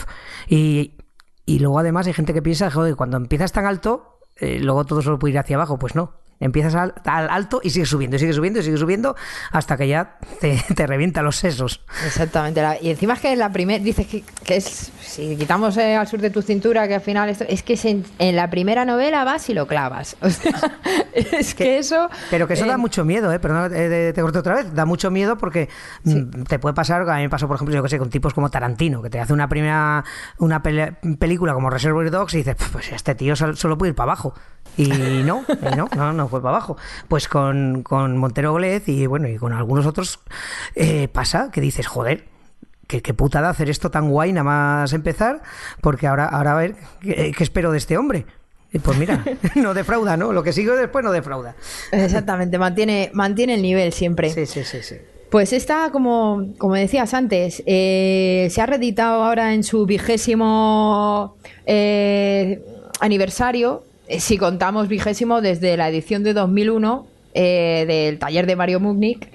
Y, y luego además hay gente que piensa, joder, cuando empiezas tan alto, eh, luego todo solo puede ir hacia abajo. Pues no. Empiezas al, al alto y sigues subiendo, y sigues subiendo, y sigues subiendo hasta que ya te, te revienta los sesos. Exactamente. La, y encima es que la primera, dices que, que es, si quitamos eh, al sur de tu cintura, que al final esto, es que es en, en la primera novela vas y lo clavas. O sea, es que, que eso... Pero que eso eh, da mucho miedo, ¿eh? Perdón, eh, te corto otra vez. Da mucho miedo porque sí. m, te puede pasar, a mí me pasó, por ejemplo, yo que sé, con tipos como Tarantino, que te hace una primera una pele, película como Reservoir Dogs y dices, pues este tío solo puede ir para abajo. Y no, y no, no, no fue para abajo. Pues con, con Montero Glez y bueno, y con algunos otros eh, pasa que dices, joder, qué, qué putada hacer esto tan guay nada más empezar, porque ahora, ahora a ver, ¿qué, qué espero de este hombre? Y pues mira, no defrauda, ¿no? Lo que sigue después no defrauda. Exactamente, mantiene, mantiene el nivel siempre. Sí, sí, sí, sí. Pues esta, como, como decías antes, eh, se ha reeditado ahora en su vigésimo eh, aniversario. Si contamos vigésimo desde la edición de dos mil uno eh, del taller de Mario Múnich,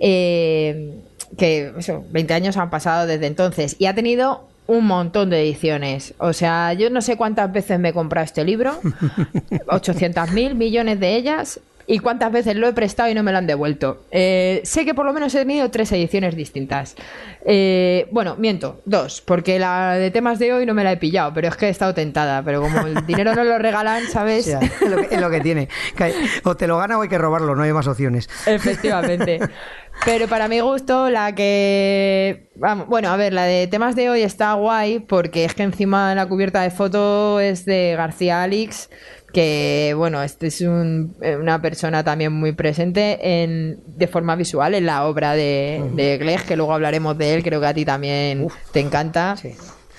eh, que eso, veinte años han pasado desde entonces y ha tenido un montón de ediciones. O sea, yo no sé cuántas veces me he comprado este libro, ochocientos mil millones de ellas, y cuántas veces lo he prestado y no me lo han devuelto. Eh, sé que por lo menos he tenido tres ediciones distintas. Eh, bueno, miento, dos, porque la de temas de hoy no me la he pillado, pero es que he estado tentada. Pero como el dinero no lo regalan, ¿sabes? O sea, es, lo que, es lo que tiene. O te lo gana o hay que robarlo, no hay más opciones. Efectivamente. Pero para mi gusto, la que... Vamos, bueno, a ver, la de temas de hoy está guay porque es que encima de la cubierta de foto es de García Alix, que bueno, este es un, una persona también muy presente en, de forma visual en la obra de, uh-huh. de Glez, que luego hablaremos de él, creo que a ti también Uf. te encanta. Sí.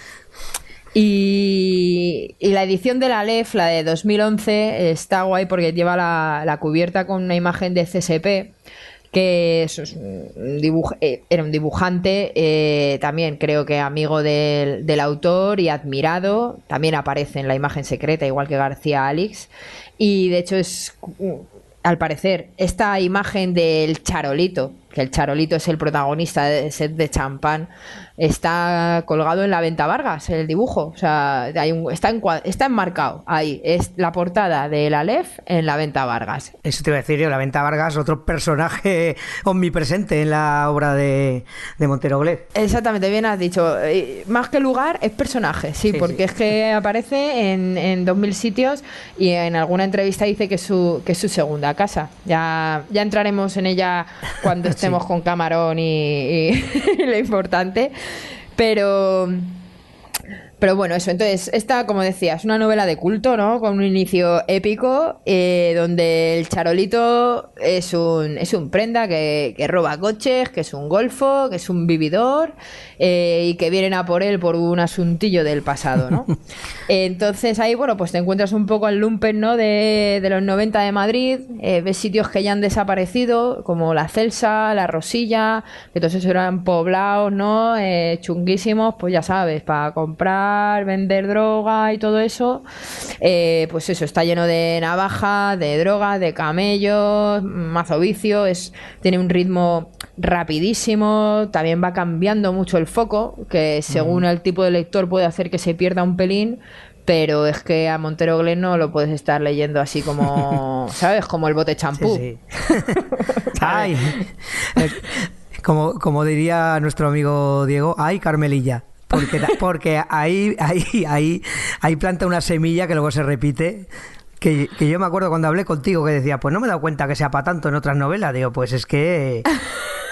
Y, y la edición de la Aleph, la de dos mil once, está guay porque lleva la, la cubierta con una imagen de C S P, que es un dibuj- eh, era un dibujante, eh, también creo que amigo del, del autor y admirado, también aparece en la imagen secreta, igual que García Alix, y de hecho es, al parecer, esta imagen del Charolito, que el Charolito es el protagonista de Sed de champán, está colgado en la Venta Vargas, el dibujo, o sea, hay un, está, encuad- está enmarcado ahí, es la portada de la Aleph en la Venta Vargas. Eso te iba a decir yo, la Venta Vargas, otro personaje omnipresente en la obra de, de Montero Glez. Exactamente, bien has dicho, más que lugar es personaje, sí, sí porque sí. es que aparece en, en dos mil sitios y en alguna entrevista dice que es su, que es su segunda casa, ya, ya entraremos en ella cuando estemos sí. con Camarón y, y, y lo importante. Pero, pero bueno, eso. Entonces, esta, como decía, es una novela de culto, ¿no? Con un inicio épico, eh, donde el Charolito es un, es un prenda que, que roba coches, que es un golfo, que es un vividor, eh, y que vienen a por él por un asuntillo del pasado, ¿no? Entonces ahí, bueno, pues te encuentras un poco el lumpen, ¿no? De, de los noventa de Madrid, eh, ves sitios que ya han desaparecido, como la Celsa, la Rosilla, que todos esos eran poblados, ¿no? Eh, chunguísimos, pues ya sabes, para comprar, vender droga y todo eso. Eh, pues eso, está lleno de navajas, de droga, de camellos, mazo vicio, es, tiene un ritmo rapidísimo, también va cambiando mucho el foco, que según mm. el tipo de lector puede hacer que se pierda un pelín, pero es que a Montero Glez no lo puedes estar leyendo así como, ¿sabes? Como el bote champú. Sí, sí. Ay, como, como diría nuestro amigo Diego, ay, Carmelilla. Porque, porque ahí, ahí, ahí, ahí planta una semilla que luego se repite. Que, que yo me acuerdo cuando hablé contigo que decía, pues no me he dado cuenta que sea para tanto en otras novelas. Digo, pues es que...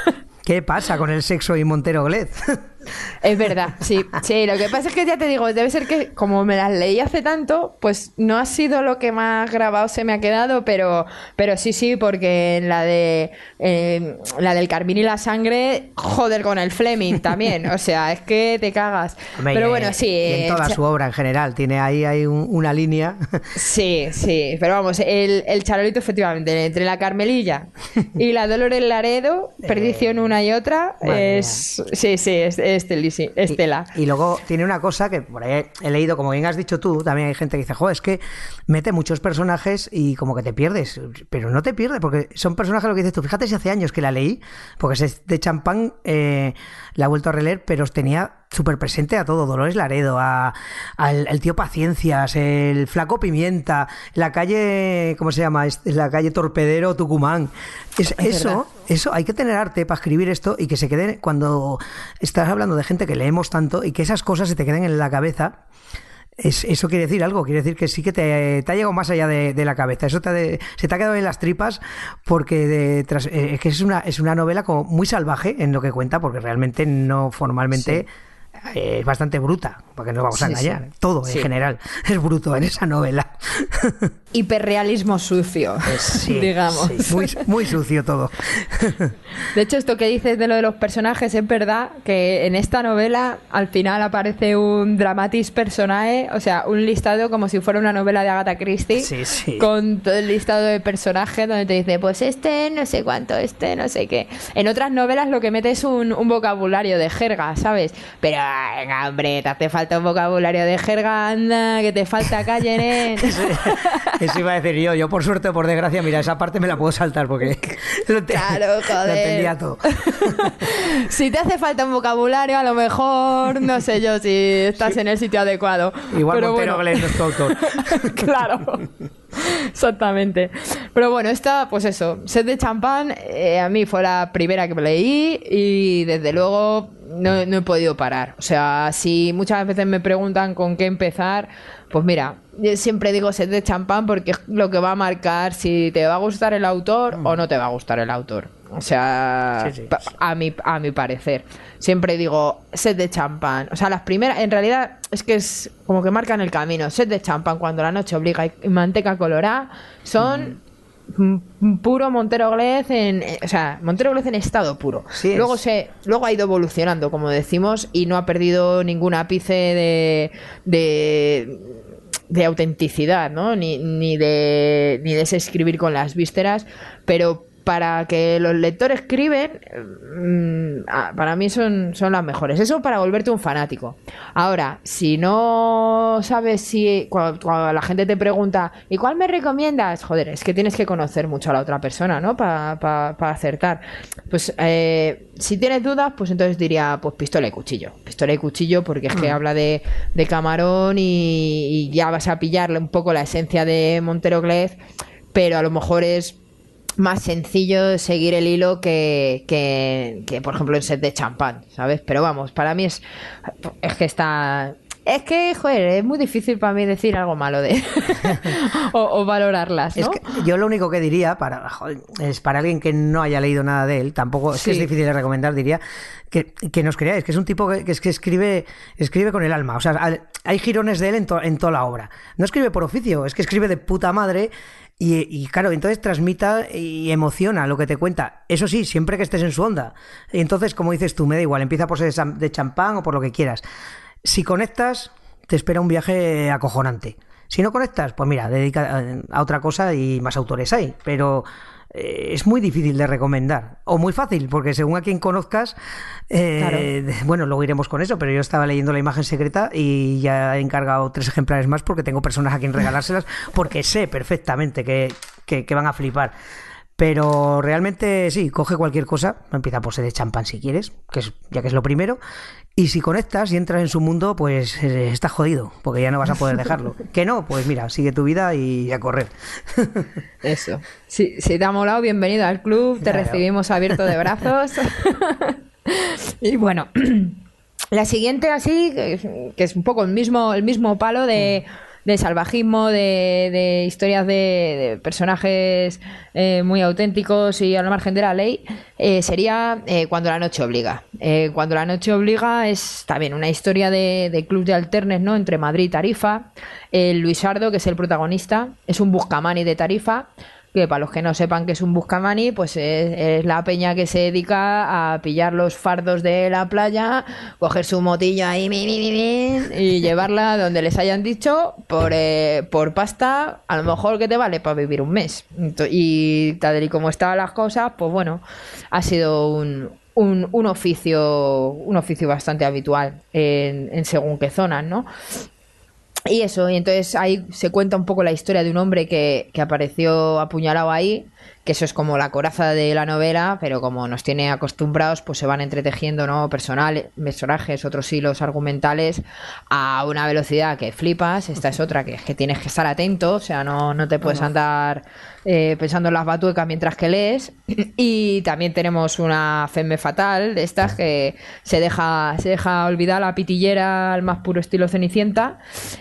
¿Qué pasa con el sexo y Montero Glez? Es verdad, sí, sí. Lo que pasa es que ya te digo, debe ser que como me las leí hace tanto, pues no ha sido lo que más grabado se me ha quedado, pero, pero sí, sí, porque en la de eh, la del Carmín y la sangre, joder con el Fleming también, o sea, es que te cagas. Hombre, pero y, bueno, sí. Y en toda eh, su obra en general, tiene ahí, hay un, una línea. Sí, sí, pero vamos, el, el Charolito efectivamente, entre la Carmelilla y la Dolores Laredo, perdición una y otra, Madre es... Sí, sí, es Estelisi, Estela. Y, y luego tiene una cosa que por ahí he leído, como bien has dicho tú, también hay gente que dice, joder, es que mete muchos personajes y como que te pierdes, pero no te pierdes, porque son personajes lo que dices tú. Fíjate si hace años que la leí, porque es de Champán, eh, la he vuelto a releer, pero os tenía súper presente a todo, Dolores Laredo, a, al el tío Paciencias, el flaco Pimienta, la calle, ¿cómo se llama? Es la calle Torpedero Tucumán. Es, es eso, verdad. eso, hay que tener arte para escribir esto y que se quede, cuando estás hablando de gente que leemos tanto y que esas cosas se te queden en la cabeza. Es, eso quiere decir algo, quiere decir que sí que te, te ha llegado más allá de, de la cabeza, eso te ha de, se te ha quedado en las tripas, porque de, tras, eh, es que es una, es una novela como muy salvaje en lo que cuenta, porque realmente no formalmente... Sí. Es bastante bruta, porque no nos vamos sí, a engañar. Sí. Todo sí. en general es bruto en esa novela. Hiperrealismo sucio, sí, digamos. Sí. Muy, muy sucio todo. De hecho, esto que dices de lo de los personajes, es verdad que en esta novela al final aparece un dramatis personae, o sea, un listado como si fuera una novela de Agatha Christie, sí, sí. con todo el listado de personajes donde te dice, pues este, no sé cuánto, este, no sé qué. En otras novelas lo que mete es un, un vocabulario de jerga, ¿sabes? Pero venga, hombre, te hace falta un vocabulario de jerga, anda, que te falta calle, ¿eh? Eso, eso iba a decir yo. Yo, por suerte o por desgracia, mira, esa parte me la puedo saltar porque lo, te, claro, joder. lo entendía todo. Si te hace falta un vocabulario, a lo mejor, no sé yo si estás sí. en el sitio adecuado. Igual pero Montero bueno. Glez es tu autor. Claro. Exactamente. Pero bueno, esta, pues eso, Sed de Champán, eh, a mí fue la primera que me leí y desde luego no, no he podido parar. O sea, si muchas veces me preguntan con qué empezar, pues mira, yo siempre digo Sed de Champán porque es lo que va a marcar si te va a gustar el autor mm. o no te va a gustar el autor. O sea, sí, sí. A, mi, a mi parecer. Siempre digo Sed de Champán. O sea, las primeras, en realidad es que es como que marcan el camino. Sed de Champán, Cuando la noche obliga y Manteca colorada son mm. puro Montero Glez en, o sea, Montero Glez en estado puro. Sí, luego es. se, luego ha ido evolucionando, como decimos, y no ha perdido ningún ápice de, de de autenticidad, ¿no? Ni, ni de ni de ese escribir con las vísceras, pero para que los lectores escriben, mmm, para mí son, son las mejores. Eso para volverte un fanático. Ahora, si no sabes si... Cuando, cuando la gente te pregunta ¿y cuál me recomiendas? Joder, es que tienes que conocer mucho a la otra persona, ¿no? Para pa, pa acertar. Pues eh, si tienes dudas, pues entonces diría pues Pistola y Cuchillo. Pistola y Cuchillo porque es que mm. habla de, de camarón y, y ya vas a pillarle un poco la esencia de Montero Glez, pero a lo mejor es más sencillo seguir el hilo que, que, que por ejemplo en Sed de Champán, ¿sabes? Pero vamos, para mí es es que está... Es que, joder, es muy difícil para mí decir algo malo de o, o valorarlas, ¿no? Es que yo lo único que diría, para joder, es para alguien que no haya leído nada de él, tampoco, es sí. que es difícil de recomendar, diría, que, que nos creáis, que es un tipo que, que, es que escribe escribe con el alma, o sea, hay jirones de él en, to, en toda la obra. No escribe por oficio, es que escribe de puta madre. Y, y claro, entonces transmita y emociona lo que te cuenta. Eso sí, siempre que estés en su onda. Y entonces, como dices tú, me da igual, empieza por ser de Champán o por lo que quieras. Si conectas, te espera un viaje acojonante. Si no conectas, pues mira, dedica a otra cosa y más autores hay. Pero eh, es muy difícil de recomendar. O muy fácil, porque según a quien conozcas, eh, claro. bueno, luego iremos con eso, pero yo estaba leyendo La imagen secreta y ya he encargado tres ejemplares más porque tengo personas a quien regalárselas, porque sé perfectamente que, que, que van a flipar. Pero realmente sí, coge cualquier cosa, empieza por Sed de Champán si quieres, que es, ya que es lo primero, y si conectas y entras en su mundo, pues eh, estás jodido, porque ya no vas a poder dejarlo. Que no, pues mira, sigue tu vida y a correr. Eso. Si, si te ha molado, bienvenido al club, te claro. recibimos abierto de brazos. Y bueno, la siguiente así, que es un poco el mismo, el mismo palo de... de salvajismo, de, de historias de, de personajes eh, muy auténticos y al margen de la ley, eh, sería eh, Cuando la noche obliga. Eh, Cuando la noche obliga es también una historia de, de club de alternes, ¿no? Entre Madrid y Tarifa. El Luisardo, que es el protagonista, es un buscamani de Tarifa, que para los que no sepan que es un buscamani, pues es, es la peña que se dedica a pillar los fardos de la playa, coger su motillo ahí mi, mi, mi, mi, y llevarla donde les hayan dicho por, eh, por pasta, a lo mejor que te vale para vivir un mes. Y tal y como estaban las cosas, pues bueno, ha sido un, un, un oficio un oficio bastante habitual en, en según qué zonas, ¿no? Y eso, y entonces ahí se cuenta un poco la historia de un hombre que, que apareció apuñalado ahí, que eso es como la coraza de la novela, pero como nos tiene acostumbrados, pues se van entretejiendo, ¿no? Personal, personajes, otros hilos argumentales a una velocidad que flipas. Esta es otra que es que tienes que estar atento, o sea, no, no te puedes no, no. andar eh, pensando en las batuecas mientras que lees. Y también tenemos una femme fatal de estas que se deja, se deja olvidar la pitillera al más puro estilo Cenicienta.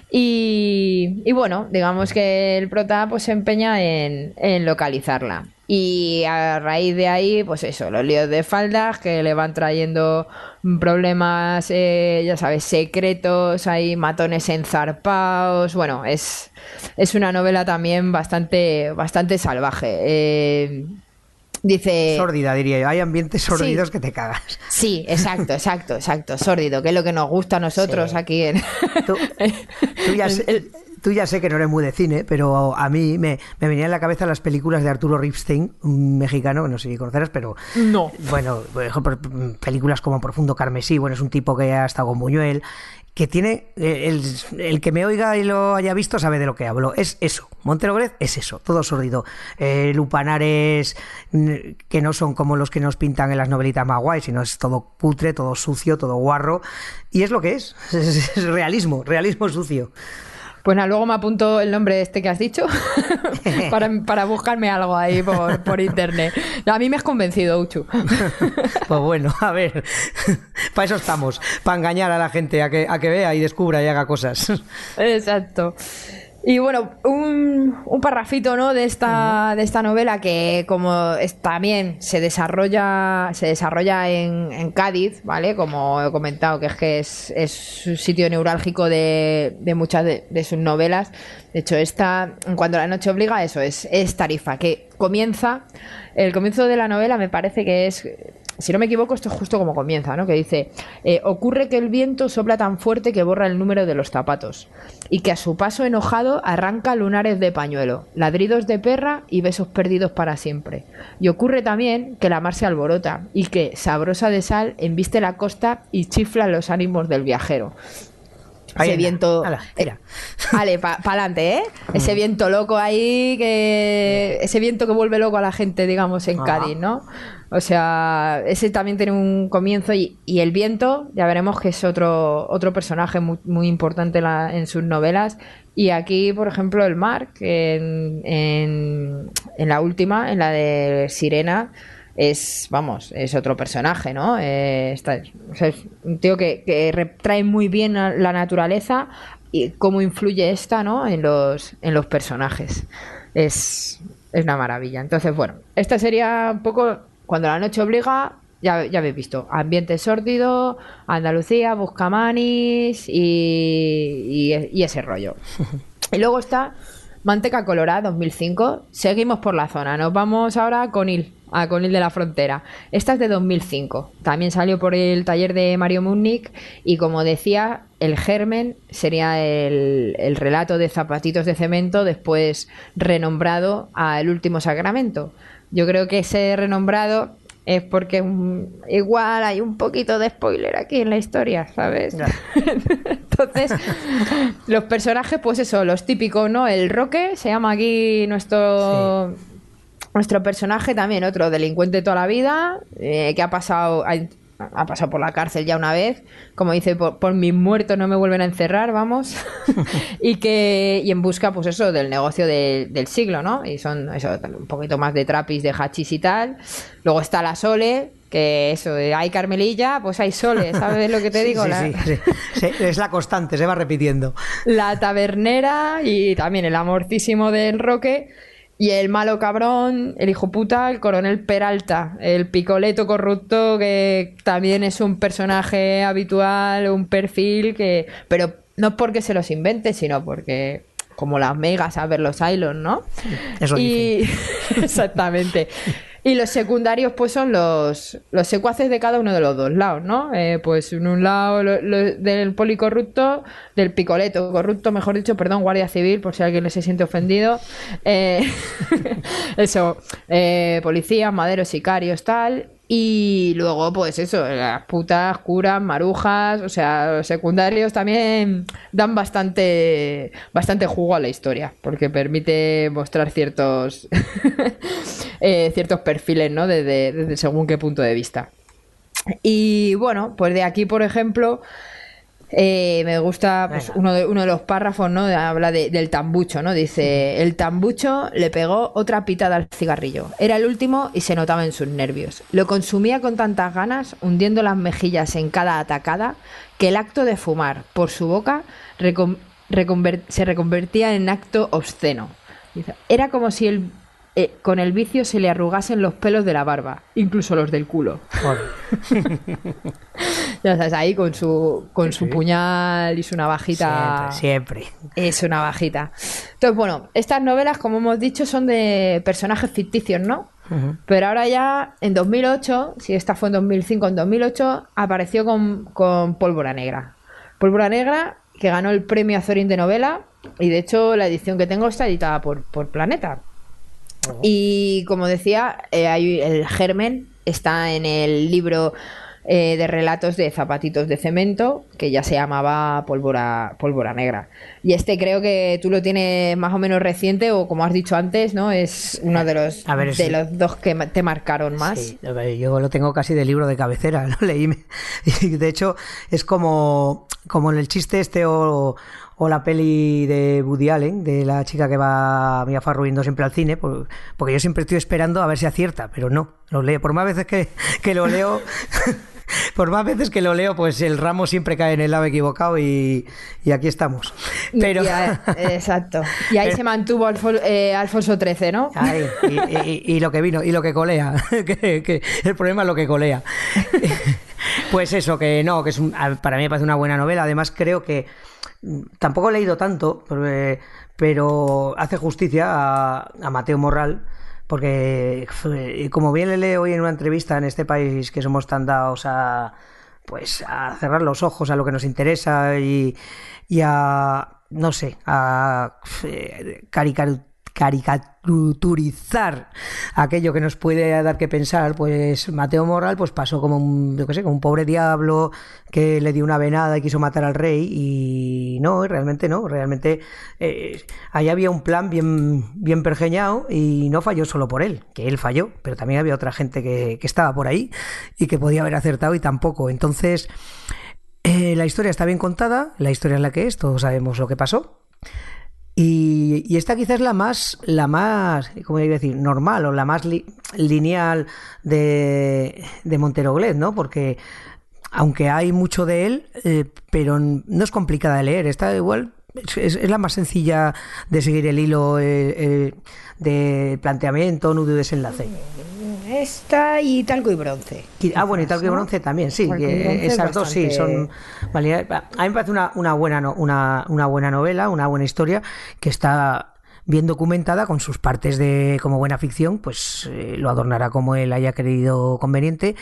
Y, y bueno, digamos que el prota pues se empeña en, en localizarla. Y a raíz de ahí, pues eso, los líos de faldas que le van trayendo problemas, eh, ya sabes, secretos, hay matones enzarpados. Bueno, es, es una novela también bastante, bastante salvaje. Eh, Dice... Sórdida, diría yo. Hay ambientes sórdidos sí. que te cagas. Sí, exacto, exacto, exacto. Sórdido, que es lo que nos gusta a nosotros sí. aquí en... Tú, tú, ya sé, tú ya sé que no eres muy de cine, pero a mí me, me venían en la cabeza las películas de Arturo Ripstein, un mexicano, no sé si conocerás, pero... No. Bueno, por ejemplo, películas como Profundo Carmesí, bueno, es un tipo que ha estado con Buñuel, que tiene, el, el que me oiga y lo haya visto sabe de lo que hablo, es eso, Montero Grez es eso, todo sórdido, eh, lupanares que no son como los que nos pintan en las novelitas más guay, sino es todo putre, todo sucio, todo guarro, y es lo que es, es, es realismo, realismo sucio. Pues nada, luego me apunto el nombre de este que has dicho para, para buscarme algo ahí por, por internet. A mí me has convencido, Uchu. Pues bueno, a ver, para eso estamos, para engañar a la gente a que, a que vea y descubra y haga cosas. Exacto. Y bueno, un, un parrafito, ¿no? de esta de esta novela que como es, también se desarrolla se desarrolla en, en Cádiz, ¿vale? Como he comentado, que es que es, es un sitio neurálgico de, de muchas de, de sus novelas. De hecho, esta, Cuando la noche obliga, eso es, es Tarifa, que comienza, el comienzo de la novela me parece que es... Si no me equivoco, esto es justo como comienza, ¿no? Que dice, eh, ocurre que el viento sopla tan fuerte que borra el número de los zapatos y que a su paso enojado arranca lunares de pañuelo, ladridos de perra y besos perdidos para siempre. Y ocurre también que la mar se alborota y que, sabrosa de sal, embiste la costa y chifla los ánimos del viajero. Ese Ahí, viento... ala, tira. Vale, para pa adelante, ¿eh? Ese viento loco ahí, que ese viento que vuelve loco a la gente, digamos, en Cádiz, ¿no? O sea, ese también tiene un comienzo y, y el viento, ya veremos que es otro otro personaje muy, muy importante en, la, en sus novelas. Y aquí, por ejemplo, el mar, que en, en, en la última, en la de Sirena, es, vamos, es otro personaje, ¿no? Eh, está, o sea, es un tío que, que retrae muy bien la naturaleza y cómo influye esta, ¿no? En los, en los personajes. Es, es una maravilla. Entonces, bueno, esta sería un poco Cuando la noche obliga. Ya, ya habéis visto, ambiente sórdido, Andalucía, buscamanis y, y, y ese rollo. Y luego está Manteca Colorada dos mil cinco. Seguimos por la zona, nos vamos ahora a Conil, a Conil de la Frontera. Esta es de dos mil cinco, también salió por el taller de Mario Munnik y, como decía, el germen sería el, el relato de Zapatitos de Cemento, después renombrado a El Último Sacramento. Yo creo que ese renombrado es porque um, igual hay un poquito de spoiler aquí en la historia, ¿sabes? Yeah. Entonces, los personajes, pues eso, los típicos, ¿no? El Roque, se llama aquí nuestro... Sí. Nuestro personaje también, otro delincuente toda la vida, eh, que ha pasado... Ha, ha pasado por la cárcel ya una vez, como dice, por, por mis muertos no me vuelven a encerrar, vamos. y que y en busca, pues eso, del negocio de, del siglo, ¿no? Y son eso, un poquito más de trapis, de hachís y tal. Luego está la Sole, que eso, hay Carmelilla, pues hay Sole, ¿sabes lo que te Sí, digo? sí, La, sí, sí. Sí, es la constante, se va repitiendo. la tabernera y también el amorcísimo del Roque. Y el malo cabrón, el hijo puta, el coronel Peralta, el picoleto corrupto, que también es un personaje habitual, un perfil que... Pero no es porque se los invente, sino porque... Como las megas a ver los Cylons, ¿no? Eso y... Exactamente. Y los secundarios, pues son los, los secuaces de cada uno de los dos lados, ¿no? Eh, pues en un lado lo, lo, del policorrupto, del picoleto corrupto, mejor dicho, perdón, guardia civil, por si alguien se siente ofendido. Eh, eso, eh, policías, maderos, sicarios, tal. Y luego, pues eso, las putas, curas, marujas, o sea, los secundarios también dan bastante, bastante jugo a la historia, porque permite mostrar ciertos, eh, ciertos perfiles, ¿no? Desde, desde según qué punto de vista. Y bueno, pues de aquí, por ejemplo... Eh, me gusta pues, uno, de, uno de los párrafos, ¿no? Habla de, del tambucho, ¿no? Dice, el tambucho le pegó otra pitada al cigarrillo. Era el último y se notaba en sus nervios. Lo consumía con tantas ganas, hundiendo las mejillas en cada atacada, que el acto de fumar por su boca recon, reconver, se reconvertía en acto obsceno. Dice, era como si el, eh, con el vicio se le arrugasen los pelos de la barba, incluso los del culo. Ya sabes, ahí con su con su puñal y su navajita. Siempre, siempre. Es una navajita. Entonces, bueno, estas novelas, como hemos dicho, son de personajes ficticios, ¿no? Uh-huh. Pero ahora ya, en dos mil ocho, si esta fue en dos mil cinco, en dos mil ocho, apareció con, con Pólvora Negra. Pólvora Negra, que ganó el premio Azorín de novela, y de hecho la edición que tengo está editada por, por Planeta. Uh-huh. Y como decía, eh, hay, el germen está en el libro... Eh, de relatos de Zapatitos de Cemento, que ya se llamaba Pólvora, Pólvora Negra. Y este creo que tú lo tienes más o menos reciente, o como has dicho antes, ¿no? Es uno de los, a ver, de es... los dos que te marcaron más. Sí, yo lo tengo casi de libro de cabecera, lo leí. Y de hecho, es como, como en el chiste este o... o la peli de Woody Allen, de la chica que va Mia Farrow yendo siempre al cine, porque yo siempre estoy esperando a ver si acierta, pero no, lo leo. Por más veces que, que lo leo, por más veces que lo leo, pues el ramo siempre cae en el lado equivocado y, y aquí estamos. Pero... Ya, exacto. Y ahí se mantuvo Alfo, eh, Alfonso trece, ¿no? Ahí, y, y, y lo que vino, y lo que colea, que, que el problema es lo que colea. Pues eso, que no, que es un, para mí me parece una buena novela. Además creo que tampoco he leído tanto, pero hace justicia a, a Mateo Morral, porque como bien le leo hoy en una entrevista en este país que somos tan dados a, pues, a cerrar los ojos a lo que nos interesa y, y a, no sé, a caricar caricaturizar aquello que nos puede dar que pensar, pues Mateo Morral pues pasó como un, yo qué sé, como un pobre diablo que le dio una venada y quiso matar al rey, y no, realmente no, realmente eh, ahí había un plan bien, bien pergeñado y no falló solo por él, que él falló, pero también había otra gente que, que estaba por ahí y que podía haber acertado y tampoco. Entonces eh, la historia está bien contada, la historia es la que es, todos sabemos lo que pasó. Y, y esta quizás es la más, la más, ¿cómo iba a decir? Normal, o la más li, lineal de, de Montero Glez, ¿no? Porque aunque hay mucho de él, eh, pero no es complicada de leer. Está igual, es, es la más sencilla de seguir el hilo eh, eh, de planteamiento, nudo y desenlace. Esta y Talco y Bronce. Ah, bueno, y Talco y Bronce también, sí. Que esas dos sí son. Vale, a mí me parece una, una, buena, no, una, una buena novela, una buena historia que está bien documentada con sus partes de como buena ficción, pues eh, lo adornará como él haya creído conveniente.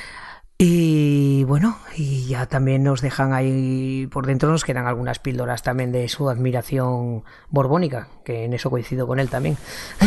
Y bueno, y ya también nos dejan ahí por dentro, nos quedan algunas píldoras también de su admiración borbónica, que en eso coincido con él también.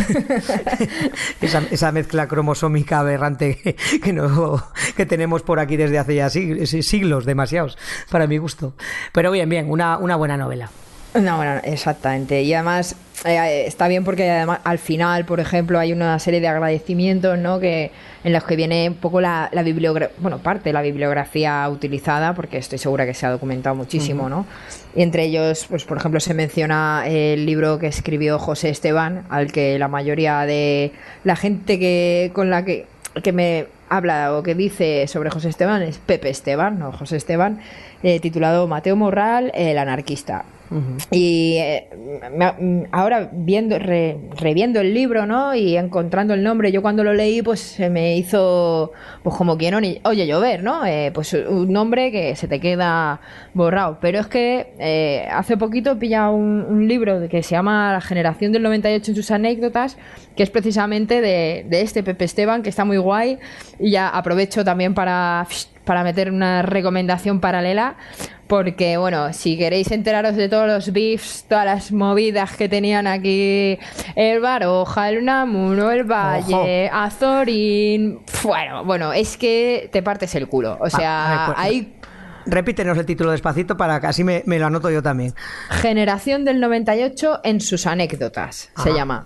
esa, esa mezcla cromosómica aberrante que, que, no, que tenemos por aquí desde hace ya siglos, siglos demasiados, para mi gusto. Pero bien, bien, una, una buena novela. No, bueno, exactamente. Y además eh, está bien porque además al final, por ejemplo, hay una serie de agradecimientos, ¿no? Que en los que viene un poco la, la bibliografía, bueno, parte de la bibliografía utilizada, porque estoy segura que se ha documentado muchísimo, uh-huh. ¿no? Y entre ellos, pues por ejemplo, se menciona el libro que escribió José Esteban, al que la mayoría de la gente que con la que que me habla o que dice sobre José Esteban es Pepe Esteban, no José Esteban, eh, titulado Mateo Morral, el anarquista. Uh-huh. Y eh, me, ahora viendo re, reviendo el libro, ¿no? Y encontrando el nombre, yo cuando lo leí pues se me hizo pues como quien oye llover, ¿no? Eh, pues un nombre que se te queda borrado, pero es que eh, hace poquito he pillado un, un libro que se llama La generación del noventa y ocho en sus anécdotas, que es precisamente de, de este Pepe Esteban, que está muy guay, y ya aprovecho también para, para meter una recomendación paralela. Porque, bueno, si queréis enteraros de todos los beefs, todas las movidas que tenían aquí, el Baroja, el Unamuno, el Valle, Ojo. Azorín... Bueno, bueno, es que te partes el culo. O sea, ah, ahí... Repítenos el título despacito para que así me, me lo anoto yo también. Generación del noventa y ocho en sus anécdotas, Ajá. se llama.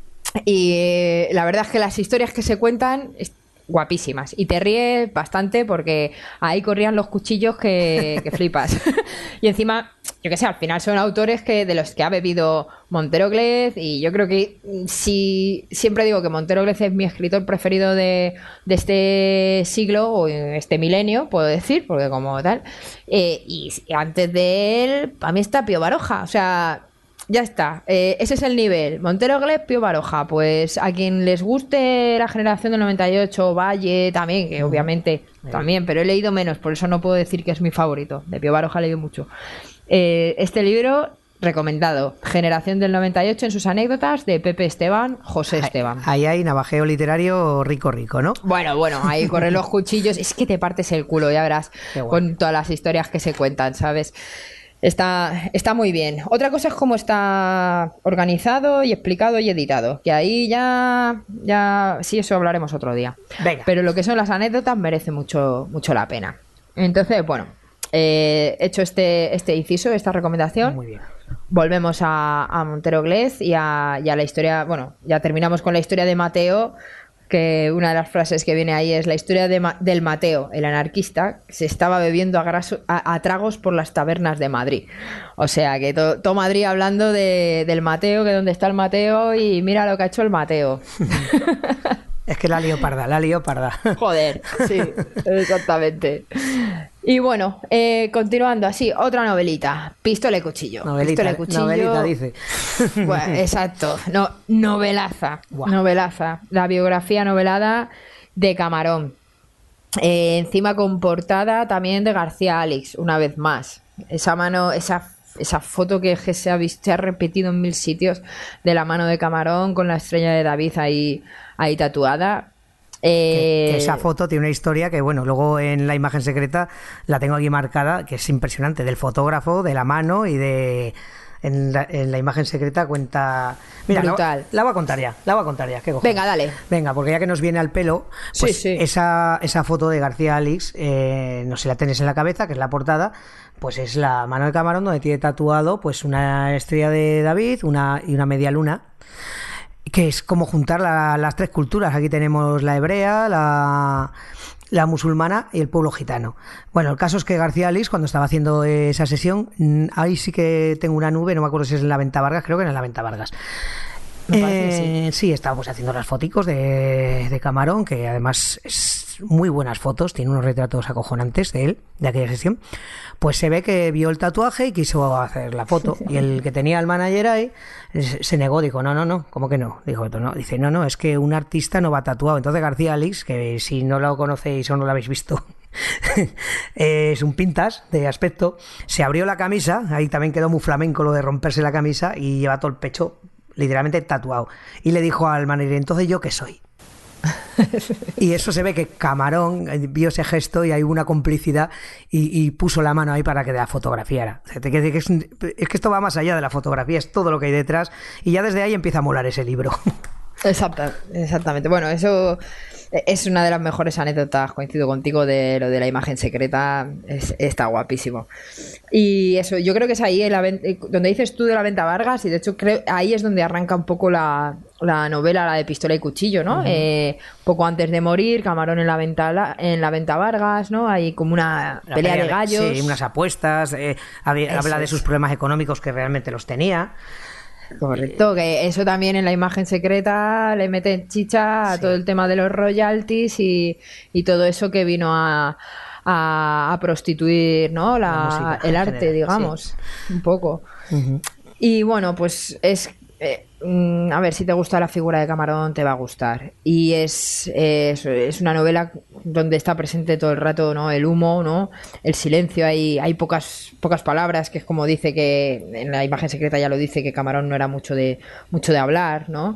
Y eh, la verdad es que las historias que se cuentan... guapísimas, y te ríes bastante porque ahí corrían los cuchillos que, que flipas. Y encima, yo que sé, al final son autores que de los que ha bebido Montero Glez, y yo creo que si siempre digo que Montero Glez es mi escritor preferido de, de este siglo o este milenio, puedo decir, porque como tal, eh, y antes de él para mí está Pío Baroja, o sea, ya está, eh, ese es el nivel. Montero Glez, Pío Baroja. Pues a quien les guste la generación del noventa y ocho, Valle también, que obviamente uh, también, pero he leído menos, por eso no puedo decir que es mi favorito. De Pío Baroja he leído mucho. Eh, este libro, recomendado. Generación del noventa y ocho en sus anécdotas, de Pepe Esteban, José Esteban. Ahí hay navajeo literario rico, rico, ¿no? Bueno, bueno, ahí corren los cuchillos. Es que te partes el culo, ya verás, con todas las historias que se cuentan, ¿sabes? Está, está muy bien. Otra cosa es cómo está organizado y explicado y editado, que ahí ya, ya sí, eso hablaremos otro día. Venga. Pero lo que son las anécdotas merece mucho, mucho la pena. Entonces, bueno, eh, hecho este, este inciso, esta recomendación, muy bien. Volvemos a, a Montero Glez y a, y a la historia, bueno, ya terminamos con la historia de Mateo, que una de las frases que viene ahí es la historia de Ma- del Mateo, el anarquista, se estaba bebiendo a, graso, a, a tragos por las tabernas de Madrid. O sea, que todo to Madrid hablando de, del Mateo, que dónde está el Mateo y mira lo que ha hecho el Mateo. Es que la leoparda, la leoparda. Joder, sí, exactamente. Y bueno, eh, continuando así, otra novelita, Pistola y Cuchillo. Novelita, Pistola y Cuchillo. Novelita, dice. Bueno, exacto, no, novelaza, wow. novelaza. La biografía novelada de Camarón. Eh, encima con portada también de García Alix, una vez más. Esa mano, esa esa foto que se ha, visto, se ha repetido en mil sitios de la mano de Camarón con la estrella de David ahí, ahí tatuada. Eh... Que, que esa foto tiene una historia que, bueno, luego en la imagen secreta la tengo aquí marcada, que es impresionante, del fotógrafo, de la mano y de... En la, en la imagen secreta cuenta... Mira, brutal. La, la voy a contar ya, la voy a contar ya. ¿Qué cojones? Venga, dale. Venga, porque ya que nos viene al pelo, pues sí, sí. Esa, esa foto de García Alix, eh, no sé si la tenéis en la cabeza, que es la portada, pues es la mano de Camarón donde tiene tatuado pues una estrella de David una, y una media luna, que es como juntar la, las tres culturas. Aquí tenemos la hebrea, la... la musulmana y el pueblo gitano. Bueno, el caso es que García Alix, cuando estaba haciendo esa sesión, ahí sí que tengo una nube, no me acuerdo si es en la Venta Vargas, creo que en la Venta Vargas. Me parece, eh, sí. sí, estábamos haciendo las foticos de, de Camarón, que además es muy buenas fotos, tiene unos retratos acojonantes de él, de aquella sesión. Pues se ve que vio el tatuaje y quiso hacer la foto. Y el que tenía el manager ahí se negó, dijo, no, no, no, ¿cómo que no? Dijo, no, dice, no, no, es que un artista no va tatuado. Entonces García Alix, que si no lo conocéis o no lo habéis visto, es un pintas de aspecto, se abrió la camisa, ahí también quedó muy flamenco lo de romperse la camisa, y lleva todo el pecho literalmente tatuado. Y le dijo al manager, entonces ¿yo qué soy? Y eso se ve que Camarón vio ese gesto y hay una complicidad y, y puso la mano ahí para que la fotografiara. Es que, es, es que esto va más allá de la fotografía, es todo lo que hay detrás, y ya desde ahí empieza a molar ese libro. Exacto, exactamente. Bueno, eso es una de las mejores anécdotas, coincido contigo, de lo de la imagen secreta. Es, está guapísimo. Y eso, yo creo que es ahí en la, donde dices tú de la Venta Vargas, y de hecho creo ahí es donde arranca un poco la, la novela, la de Pistola y Cuchillo, ¿no? Uh-huh. Eh, poco antes de morir, Camarón en la Venta, en la Venta Vargas, ¿no? Hay como una pelea, pelea de gallos. Sí, unas apuestas, eh, habla de sus problemas económicos, que realmente los tenía. Correcto, que eso también en la imagen secreta le meten chicha a sí. todo el tema de los royalties y, y todo eso que vino a, a, a prostituir, ¿no? La, la música, el arte, general, digamos, sí. un poco. Uh-huh. Y bueno, pues es... Eh, a ver, si te gusta la figura de Camarón te va a gustar, y es, es, es una novela donde está presente todo el rato, ¿no? El humo, ¿no? El silencio, hay, hay pocas, pocas palabras, que es como dice que en la imagen secreta ya lo dice, que Camarón no era mucho de, mucho de hablar, ¿no?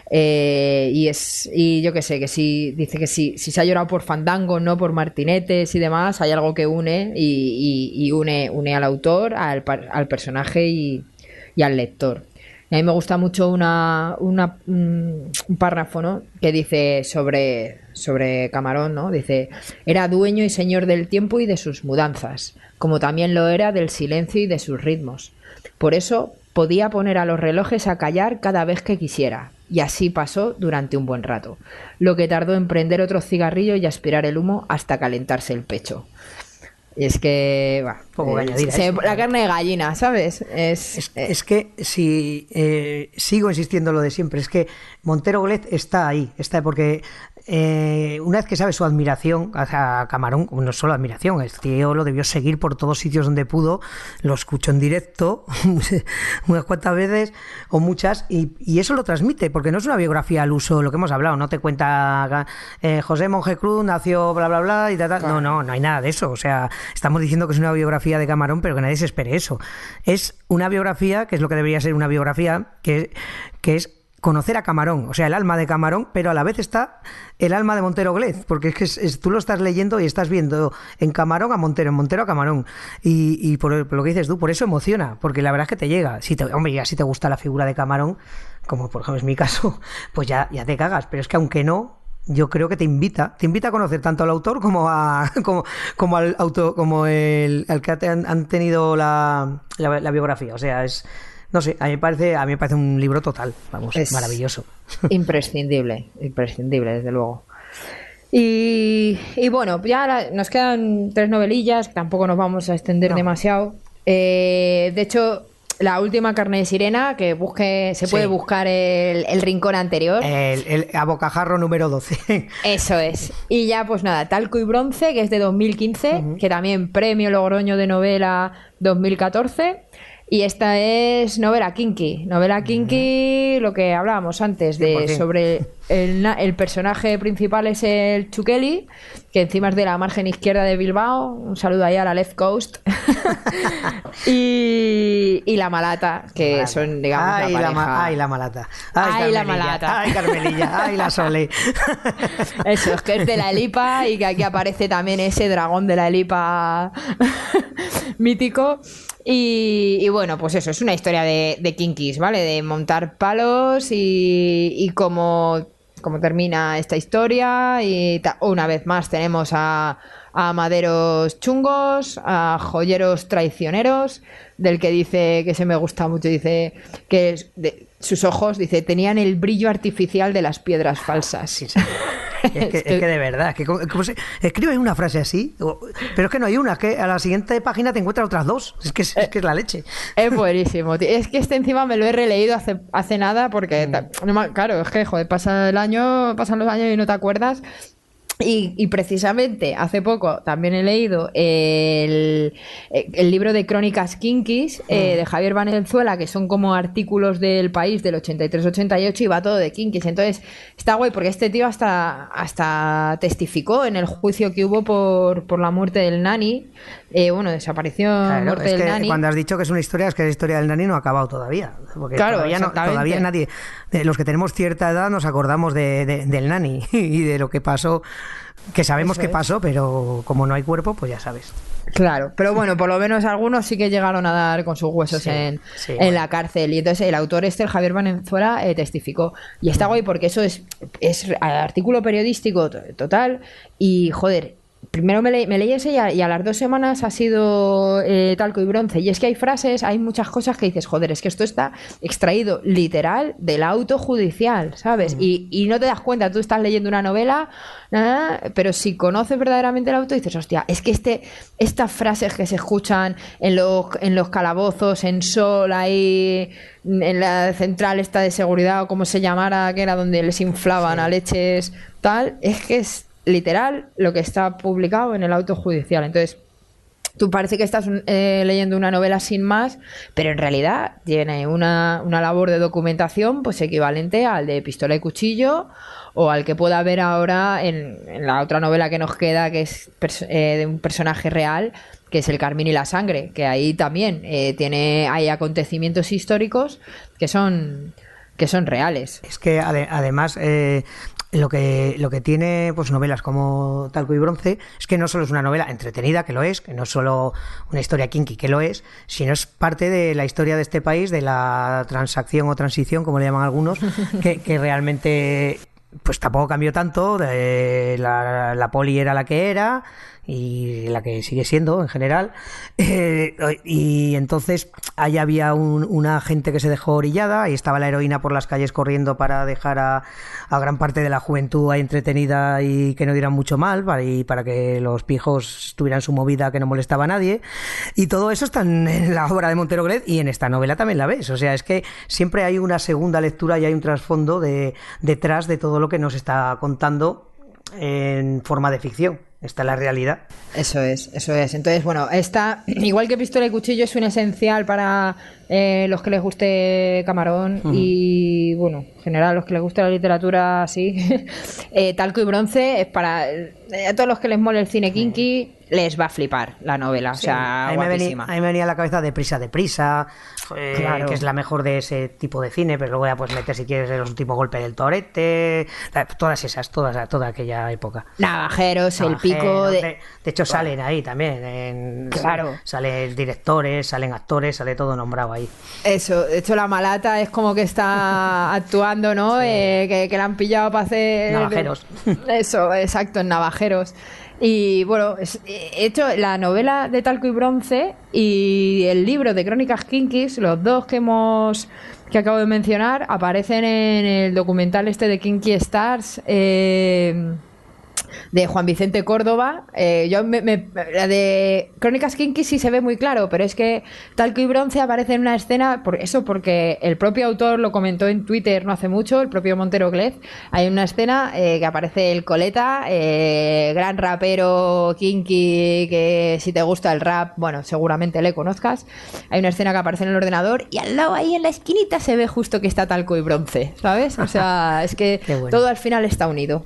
Eh, y es, y yo qué sé, que si dice que si, si se ha llorado por Fandango, no por martinetes y demás, hay algo que une y, y, y une, une al autor, al, al personaje y, y al lector. Y a mí me gusta mucho una, una, un párrafo, ¿no? Que dice sobre, sobre Camarón, ¿no? Dice: era dueño y señor del tiempo y de sus mudanzas, como también lo era del silencio y de sus ritmos. Por eso podía poner a los relojes a callar cada vez que quisiera, y así pasó durante un buen rato, lo que tardó en prender otro cigarrillo y aspirar el humo hasta calentarse el pecho. Y es que, bah, poco eh, añadir a se, eso, la carne de gallina, ¿sabes? Es, es, eh. es que si eh, sigo insistiendo lo de siempre, es que Montero Glez está ahí, está porque eh, una vez que sabes su admiración hacia Camarón, no solo admiración, el tío lo debió seguir por todos sitios donde pudo, lo escuchó en directo unas cuantas veces o muchas, y, y eso lo transmite, porque no es una biografía al uso, lo que hemos hablado, no te cuenta eh, José Monje Cruz nació bla bla bla y tal, tal. No, no, no hay nada de eso, o sea, estamos diciendo que es una biografía de Camarón, pero que nadie se espere eso. Es una biografía, que es lo que debería ser una biografía, que, que es conocer a Camarón, o sea, el alma de Camarón, pero a la vez está el alma de Montero Glez, porque es que es, es, tú lo estás leyendo y estás viendo en Camarón a Montero, en Montero a Camarón, y, y por, por lo que dices tú, por eso emociona, porque la verdad es que te llega. Si te, hombre, ya si te gusta la figura de Camarón, como por ejemplo es mi caso, pues ya, ya te cagas, pero es que aunque no, yo creo que te invita, te invita a conocer tanto al autor como a como, como al auto, como el, el que han, han tenido la, la, la biografía. O sea, es, no sé, a mí me parece, a mí me parece un libro total, vamos, es maravilloso. Imprescindible, imprescindible, desde luego. Y, y bueno, ya la, nos quedan tres novelillas, tampoco nos vamos a extender no. demasiado. Eh, de hecho, la última Carne de Sirena, que busque, se puede sí. buscar el, el rincón anterior. El, el a bocajarro número doce. Eso es. Y ya, pues nada, Talco y Bronce, que es de dos mil quince, uh-huh. que también Premio Logroño de Novela dos mil catorce. Y esta es novela kinky. Novela kinky, uh-huh. lo que hablábamos antes, de sobre el, el personaje principal es el Chukeli, que encima es de la margen izquierda de Bilbao. Un saludo ahí a la Left Coast. y, y la Malata, que Malata. son, digamos, ay, la pareja. La ma- ay, la Malata. Ay, ay la Malata. Ay, Carmelilla. Ay, la Sole. Eso, es que es de la Elipa y que aquí aparece también ese dragón de la Elipa mítico. Y, y bueno, pues eso, es una historia de, de kinkis, ¿vale? De montar palos y, y cómo, cómo termina esta historia. Y ta- una vez más tenemos a, a maderos chungos, a joyeros traicioneros, del que dice, que se me gusta mucho, dice que es de, sus ojos, dice, tenían el brillo artificial de las piedras falsas. Sí, sí. Es que, es que de verdad, es que como, como se, escribes una frase así, pero es que no hay una, es que a la siguiente página te encuentras otras dos, es que es, es, que es la leche. Es buenísimo, tío. Es que este encima me lo he releído hace, hace nada porque, mm. claro, es que, joder, pasa el año, pasan los años y no te acuerdas. Y, y precisamente hace poco también he leído el, el libro de Crónicas Kinkis eh, de Javier Valenzuela, que son como artículos del País del ochenta y tres ochenta y ocho, y va todo de kinkis. Entonces está guay porque este tío hasta, hasta testificó en el juicio que hubo por, por la muerte del Nani. Eh, bueno, desaparición, claro, muerte es del que Nani. Cuando has dicho que es una historia, es que la historia del Nani no ha acabado todavía. Porque claro, todavía, no, todavía nadie, de los que tenemos cierta edad, nos acordamos de, de, del Nani y de lo que pasó, que sabemos que pasó, pero como no hay cuerpo, pues ya sabes. Claro, pero bueno, por lo menos algunos sí que llegaron a dar con sus huesos sí, en, sí, en bueno. la cárcel. Y entonces el autor este, el Javier Valenzuela, eh, testificó. Y está guay porque eso es, es artículo periodístico total. Y joder, primero me, le, me leí ese y a, y a las dos semanas ha sido eh, Talco y Bronce. Y es que hay frases, hay muchas cosas que dices, joder, es que esto está extraído literal del auto judicial, ¿sabes? Mm. Y, y no te das cuenta, tú estás leyendo una novela, nada, pero si conoces verdaderamente el auto dices, hostia, es que este estas frases que se escuchan en los, en los calabozos, en Sol, ahí en la central esta de seguridad o como se llamara, que era donde les inflaban sí. a leches, tal, es que es literal lo que está publicado en el auto judicial. Entonces, tú parece que estás eh, leyendo una novela sin más, pero en realidad tiene una, una labor de documentación pues equivalente al de Pistola y Cuchillo o al que pueda haber ahora en, en la otra novela que nos queda, que es eh, de un personaje real, que es El Carmín y la Sangre, que ahí también eh, tiene hay acontecimientos históricos que son que son reales. Es que ade- además eh, lo que lo que tiene pues novelas como Talco y Bronce es que no solo es una novela entretenida, que lo es, que no es solo una historia kinky, que lo es, sino es parte de la historia de este país, de la transacción o transición, como le llaman algunos, que, que realmente pues tampoco cambió tanto, de la, la poli era la que era y la que sigue siendo en general, eh, y entonces ahí había un, una gente que se dejó orillada y estaba la heroína por las calles corriendo para dejar a, a gran parte de la juventud ahí entretenida y que no dieran mucho mal para, y para que los pijos tuvieran su movida que no molestaba a nadie, y todo eso está en la obra de Montero Glez y en esta novela también la ves, o sea, es que siempre hay una segunda lectura y hay un trasfondo de, detrás de todo lo que nos está contando en forma de ficción. Esta es la realidad. Eso es, eso es. Entonces, bueno, esta, igual que Pistola y Cuchillo, es un esencial para eh, los que les guste Camarón uh-huh. y, bueno, en general, los que les guste la literatura, sí. eh, Talco y Bronce es para eh, a todos los que les mole el cine kinky, les va a flipar la novela. Sí. O sea, a mí, me venía, a mí me venía a la cabeza Deprisa, Deprisa, eh, claro. que es la mejor de ese tipo de cine, pero luego ya puedes meter, si quieres, los últimos golpes del Torete, todas esas, todas, toda aquella época. Navajeros, Navajeros el pico de... de... De hecho, salen ahí también. En, claro. Salen directores, salen actores, sale todo nombrado ahí. Eso, de hecho, la Malata es como que está actuando, ¿no? Sí. Eh, que, que la han pillado para hacer. Navajeros. Eso, exacto, en Navajeros. Y bueno, he hecho la novela de Talco y Bronce y el libro de Crónicas Kinkis, los dos que hemos. que acabo de mencionar, aparecen en el documental este de Kinky Stars. Eh. De Juan Vicente Córdoba. eh, yo me, me, la de Crónicas Kinky sí se ve muy claro, pero es que Talco y Bronce aparece en una escena, por eso porque el propio autor lo comentó en Twitter no hace mucho, el propio Montero Glez. Hay una escena eh, que aparece el Coleta, eh, gran rapero kinky, que si te gusta el rap, bueno, seguramente le conozcas. Hay una escena que aparece en el ordenador y al lado ahí en la esquinita se ve justo que está Talco y Bronce, ¿sabes? O sea, es que bueno. Todo al final está unido.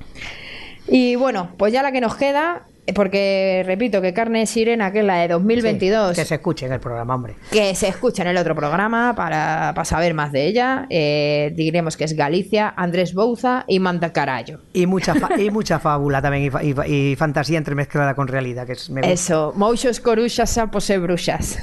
Y bueno, pues ya la que nos queda, porque repito que Carne de Sirena, que es la de dos mil veintidós, sí, que se escuche en el programa, hombre. Que se escuche en el otro programa para, para saber más de ella. Eh, diremos que es Galicia, Andrés Bouza y Manta Carallo. Y mucha fa- y mucha fábula también, y, fa- y, fa- y fantasía entremezclada con realidad. Que es, me Eso, moixos coruxas sapos e bruxas.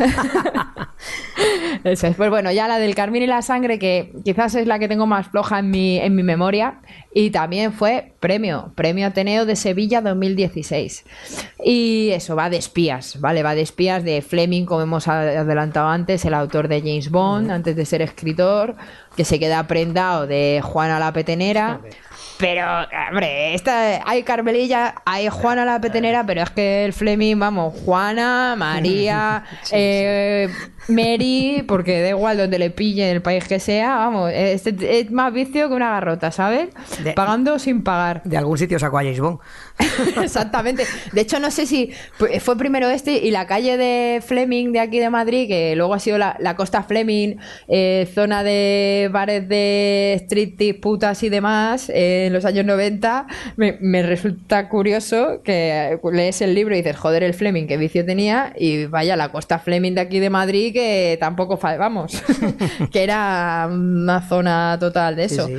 Eso es. Pues bueno, ya la del Carmín y la Sangre, que quizás es la que tengo más floja en mi, en mi memoria, y también fue premio, premio Ateneo de Sevilla dos mil dieciséis. Y eso, va de espías, ¿vale? Va de espías de Fleming, como hemos adelantado antes, el autor de James Bond, uh-huh. antes de ser escritor, que se queda prendado de Juana la Petenera. Okay. Pero, hombre, esta, hay Carmelilla, hay Juana la Petenera, pero es que el Fleming, vamos, Juana, María, sí, eh, sí. Mary, porque da igual donde le pille en el país que sea, vamos, es, es más vicio que una garrota, ¿sabes? De, Pagando sin pagar. De algún sitio sacó a James Bond. Exactamente. De hecho, no sé si fue primero este y la calle de Fleming de aquí de Madrid, que luego ha sido la, la Costa Fleming, eh, zona de bares de striptease, putas y demás, eh, en los años noventa, me, me resulta curioso que lees el libro y dices, joder, el Fleming, qué vicio tenía, y vaya, la Costa Fleming de aquí de Madrid, que tampoco, vamos, que era una zona total de eso. Sí, sí.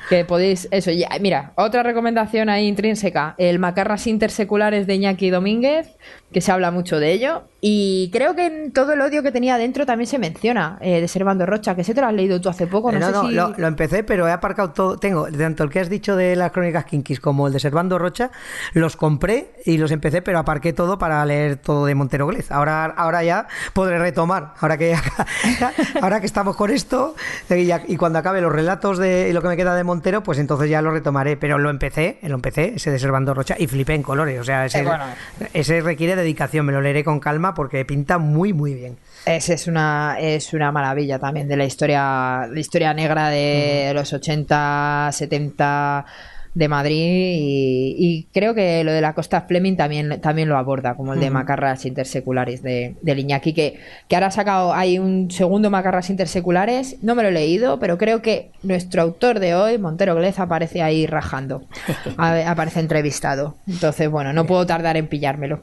Que podéis, eso, ya, mira, otra recomendación ahí intrínseca, el Macarras Interseculares de Iñaki Domínguez, que se habla mucho de ello, y creo que en todo el odio que tenía dentro también se menciona, eh, de Servando Rocha, que se te lo has leído tú hace poco, no, no sé no, si... lo, lo empecé, pero he aparcado todo, tengo, tanto el que has dicho de las crónicas kinkis como el de Servando Rocha, los compré y los empecé, pero aparqué todo para leer todo de Montero Glez. Ahora, ahora ya podré retomar, ahora que, ahora que estamos con esto, y, ya, y cuando acabe los relatos de lo que me queda de Montero, pues entonces ya lo retomaré, pero lo empecé, lo empecé, ese de Servando Rocha, y flipé en colores, o sea, ese, eh, bueno. ese requiere dedicación, me lo leeré con calma porque pinta muy muy bien. Esa es una, es una maravilla también de la historia, la historia negra de uh-huh. los ochenta, setenta de Madrid, y, y creo que lo de la Costa Fleming también, también lo aborda, como el de uh-huh. Macarras Interseculares de, de Iñaki, que, que ahora ha sacado, hay un segundo Macarras Interseculares, no me lo he leído, pero creo que nuestro autor de hoy, Montero Glez, aparece ahí rajando, aparece entrevistado, entonces bueno, no puedo tardar en pillármelo.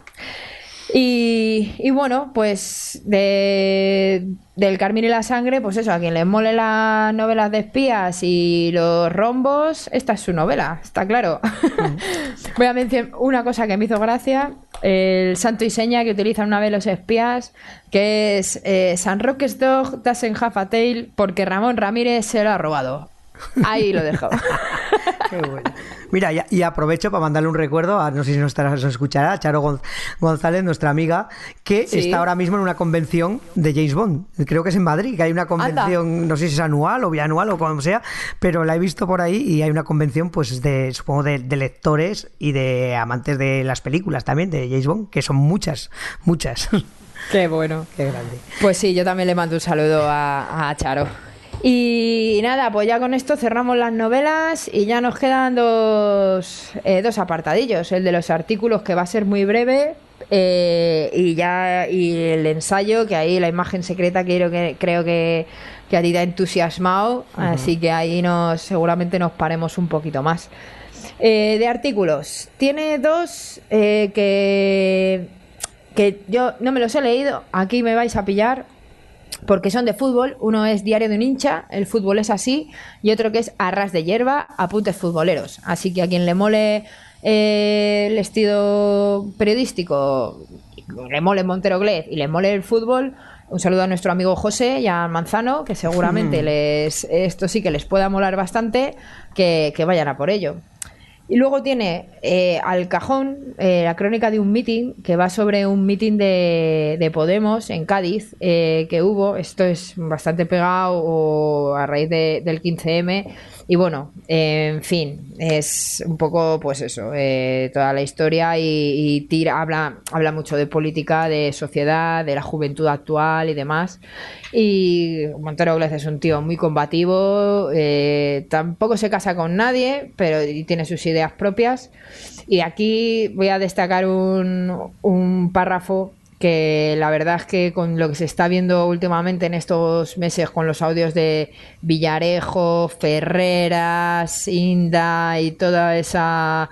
Y, y bueno, pues de, del Carmín y la Sangre, pues eso, a quien les mole las novelas de espías y los rombos, esta es su novela, está claro. Mm. Voy a mencionar una cosa que me hizo gracia, el santo y seña que utilizan una vez los espías, que es eh, San Roque's dog doesn't have a tail porque Ramón Ramírez se lo ha robado. Ahí lo dejo. Qué bueno. Mira, y, y aprovecho para mandarle un recuerdo a, no sé si nos, nos escuchará, a Charo González, nuestra amiga, que sí. está ahora mismo en una convención de James Bond. Creo que es en Madrid, que hay una convención, Anda. no sé si es anual o bianual o como sea, pero la he visto por ahí y hay una convención, pues, de supongo, de, de lectores y de amantes de las películas también, de James Bond, que son muchas, muchas. Qué bueno. Qué grande. Pues sí, yo también le mando un saludo a, a Charo. Y nada, pues ya con esto cerramos las novelas y ya nos quedan dos, eh, dos apartadillos. El de los artículos, que va a ser muy breve, eh, y ya y el ensayo, que ahí la imagen secreta que creo que, creo que, que a ti te ha entusiasmado, uh-huh. así que ahí nos seguramente nos paremos un poquito más. Eh, de artículos, tiene dos eh, que, que yo no me los he leído, aquí me vais a pillar, porque son de fútbol. Uno es Diario de un hincha, el fútbol es así, y otro que es A ras de hierba, apuntes futboleros. Así que a quien le mole eh, el estilo periodístico, le mole Montero Glez y le mole el fútbol, un saludo a nuestro amigo José y a Manzano, que seguramente mm. les esto sí que les pueda molar bastante, que, que vayan a por ello. Y luego tiene eh, al cajón eh, la crónica de un mitin, que va sobre un mitin de, de Podemos en Cádiz, eh, que hubo. Esto es bastante pegado o a raíz de, del quince eme. Y bueno, eh, en fin, es un poco pues eso, eh, toda la historia, y, y tira, habla, habla mucho de política, de sociedad, de la juventud actual y demás. Y Montero Glez es un tío muy combativo, eh, tampoco se casa con nadie, pero tiene sus ideas propias. Y aquí voy a destacar un, un párrafo que la verdad es que con lo que se está viendo últimamente en estos meses, con los audios de Villarejo, Ferreras, Inda y toda esa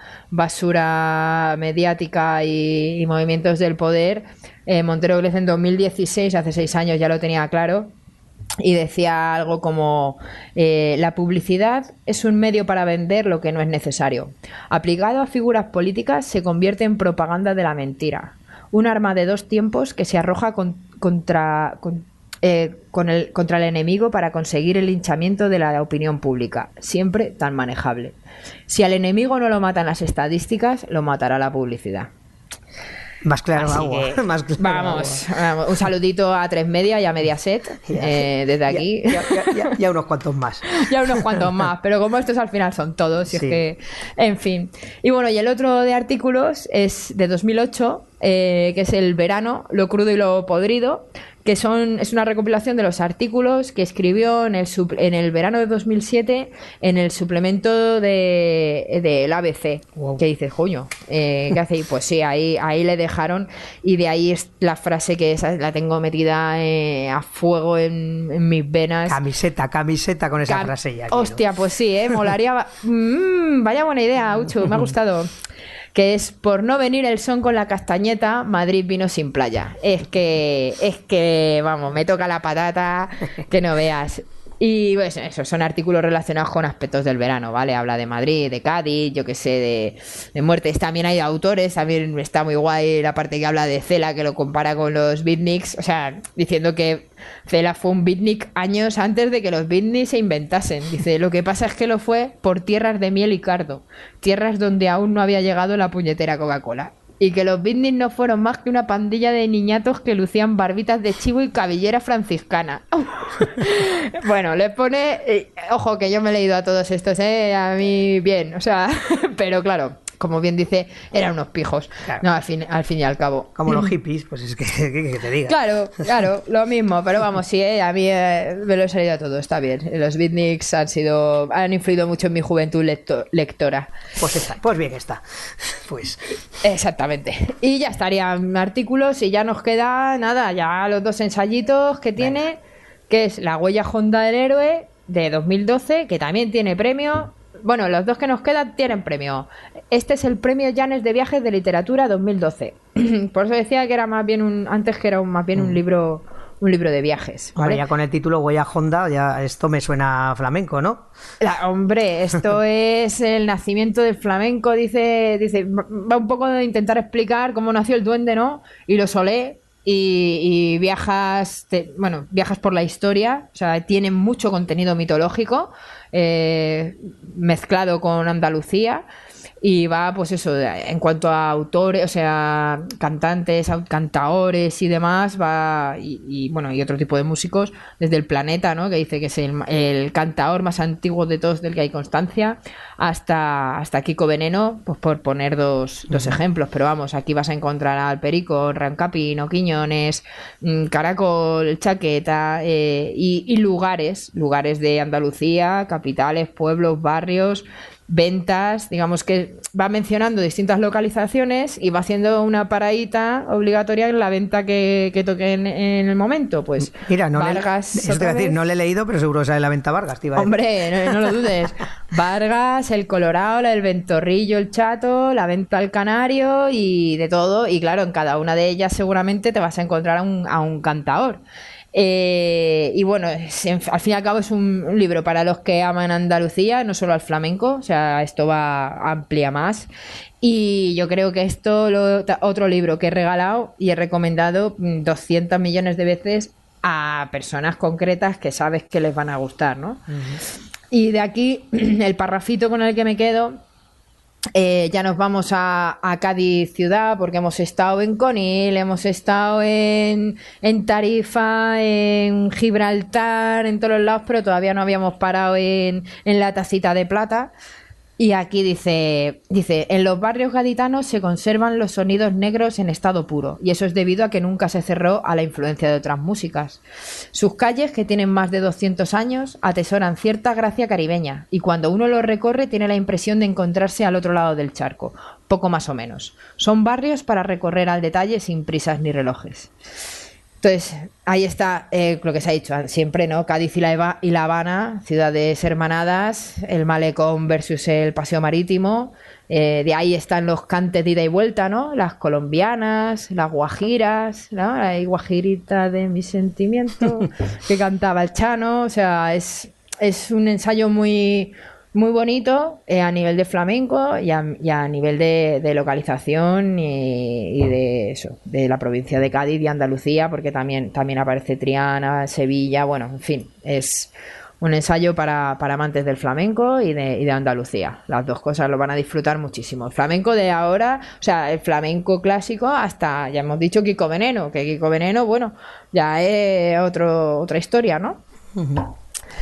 basura mediática y, y movimientos del poder, eh, Montero Glez en dos mil dieciséis, hace seis años, ya lo tenía claro, y decía algo como eh, la publicidad es un medio para vender lo que no es necesario. Aplicado a figuras políticas se convierte en propaganda de la mentira. Un arma de dos tiempos que se arroja con, contra, con, eh, con el, contra el enemigo para conseguir el linchamiento de la opinión pública, siempre tan manejable. Si al enemigo no lo matan las estadísticas, lo matará la publicidad. Más claro agua. Que, Más claro vamos, agua. Un saludito a Tres Media y a Mediaset, eh, desde aquí. Y a, y a unos cuantos más. Y a unos cuantos más, pero como estos al final son todos, y sí. es que, en fin. Y bueno, y el otro de artículos es de dos mil ocho, eh, que es El verano, lo crudo y lo podrido, que son es una recopilación de los artículos que escribió en el, en el verano de dos mil siete en el suplemento de del A B C. Wow. Que dices, coño, eh, ¿qué hace ahí? Pues sí, ahí, ahí le dejaron, y de ahí es la frase que esa la tengo metida eh, a fuego en, en mis venas. Camiseta, camiseta con esa Cam frase ya. Hostia, quiero. Pues sí, eh, molaría. mm, vaya buena idea, Uchu, me ha gustado. Que es: por no venir el son con la castañeta, Madrid vino sin playa. Es que, es que, vamos, me toca la patata, que no veas. Y pues eso, son artículos relacionados con aspectos del verano, ¿vale? Habla de Madrid, de Cádiz, yo qué sé, de, de muertes. También hay autores, también está muy guay la parte que habla de Cela, que lo compara con los beatniks, o sea, diciendo que Cela fue un beatnik años antes de que los beatniks se inventasen. Dice, lo que pasa es que lo fue por tierras de miel y cardo, tierras donde aún no había llegado la puñetera Coca-Cola. Y que los beatniks no fueron más que una pandilla de niñatos que lucían barbitas de chivo y cabellera franciscana. Bueno, les pone... Eh, ojo, que yo me he leído a todos estos, ¿eh? A mí bien, o sea... Pero claro, como bien dice, eran unos pijos. Claro. No, al fin, al fin y al cabo. Como los hippies, pues es que, que, que te diga. Claro, claro, lo mismo. Pero vamos, sí, ¿eh? A mí eh, me lo he salido a todo, está bien. Los beatniks han sido... Han influido mucho en mi juventud lecto, lectora. Pues está, pues bien está. Pues... Exactamente. Y ya estarían artículos y ya nos queda nada, ya los dos ensayitos que tiene, Venga. Que es La huella honda del héroe de dos mil doce, que también tiene premio. Bueno, los dos que nos quedan tienen premio. Este es el premio Llanes de Viajes de Literatura dos mil doce. Por eso decía que era más bien un, antes que era un, más bien un libro... un libro de viajes, ¿vale? Hombre, ya con el título Huella Honda, ya esto me suena flamenco, ¿no? La, hombre, esto es el nacimiento del flamenco, dice, dice, va un poco de intentar explicar cómo nació el duende, ¿no? Y lo solé, y, y viajas, te, bueno, viajas por la historia, o sea, tiene mucho contenido mitológico, eh, mezclado con Andalucía. Y va, pues eso, en cuanto a autores, o sea, cantantes, cantaores y demás, va, y, y bueno, y otro tipo de músicos, desde el Planeta, ¿no? Que dice que es el, el cantaor más antiguo de todos del que hay constancia, hasta, hasta Kiko Veneno, pues por poner dos, dos uh-huh. ejemplos. Pero vamos, aquí vas a encontrar al Perico, Rancapino, Quiñones, Caracol, Chaqueta, eh, y, y lugares, lugares de Andalucía, capitales, pueblos, barrios, ventas, digamos que va mencionando distintas localizaciones y va haciendo una paradita obligatoria en la venta que, que toque en, en el momento. Pues mira, no Vargas, le, eso te iba a decir, no le he leído, pero seguro sabe la venta Vargas, te iba a decir. Hombre, no, no lo dudes. Vargas, el Colorado, el Ventorrillo, el Chato, la venta al Canario y de todo. Y claro, en cada una de ellas seguramente te vas a encontrar a un, a un cantaor. Eh, y bueno, es, en, al fin y al cabo es un, un libro para los que aman Andalucía, no solo al flamenco, o sea, esto va amplia más. Y yo creo que esto, lo, otro libro que he regalado y he recomendado doscientos millones de veces a personas concretas que sabes que les van a gustar, ¿no? Uh-huh. Y de aquí, el parrafito con el que me quedo. Eh, ya nos vamos a, a Cádiz ciudad, porque hemos estado en Conil, hemos estado en, en Tarifa, en Gibraltar, en todos los lados, pero todavía no habíamos parado en, en la Tacita de Plata. Y aquí dice, dice, en los barrios gaditanos se conservan los sonidos negros en estado puro, y eso es debido a que nunca se cerró a la influencia de otras músicas. Sus calles, que tienen más de doscientos años, atesoran cierta gracia caribeña, y cuando uno los recorre tiene la impresión de encontrarse al otro lado del charco, poco más o menos. Son barrios para recorrer al detalle sin prisas ni relojes. Entonces, ahí está eh, lo que se ha dicho siempre, ¿no? Cádiz y la, Eva, y la Habana, ciudades hermanadas, el malecón versus el paseo marítimo. Eh, de ahí están los cantes de ida y vuelta, ¿no? Las colombianas, las guajiras, ¿no? La guajirita de mi sentimiento que cantaba el Chano. O sea, es, es un ensayo muy... muy bonito eh, a nivel de flamenco y a, y a nivel de, de localización y, y de eso, de la provincia de Cádiz y Andalucía, porque también, también aparece Triana, Sevilla, bueno, en fin, es un ensayo para, para amantes del flamenco y de, y de Andalucía. Las dos cosas lo van a disfrutar muchísimo. El flamenco de ahora, o sea, el flamenco clásico hasta, ya hemos dicho, Kiko Veneno, que Kiko Veneno, bueno, ya es otro, otra historia, ¿no? Uh-huh.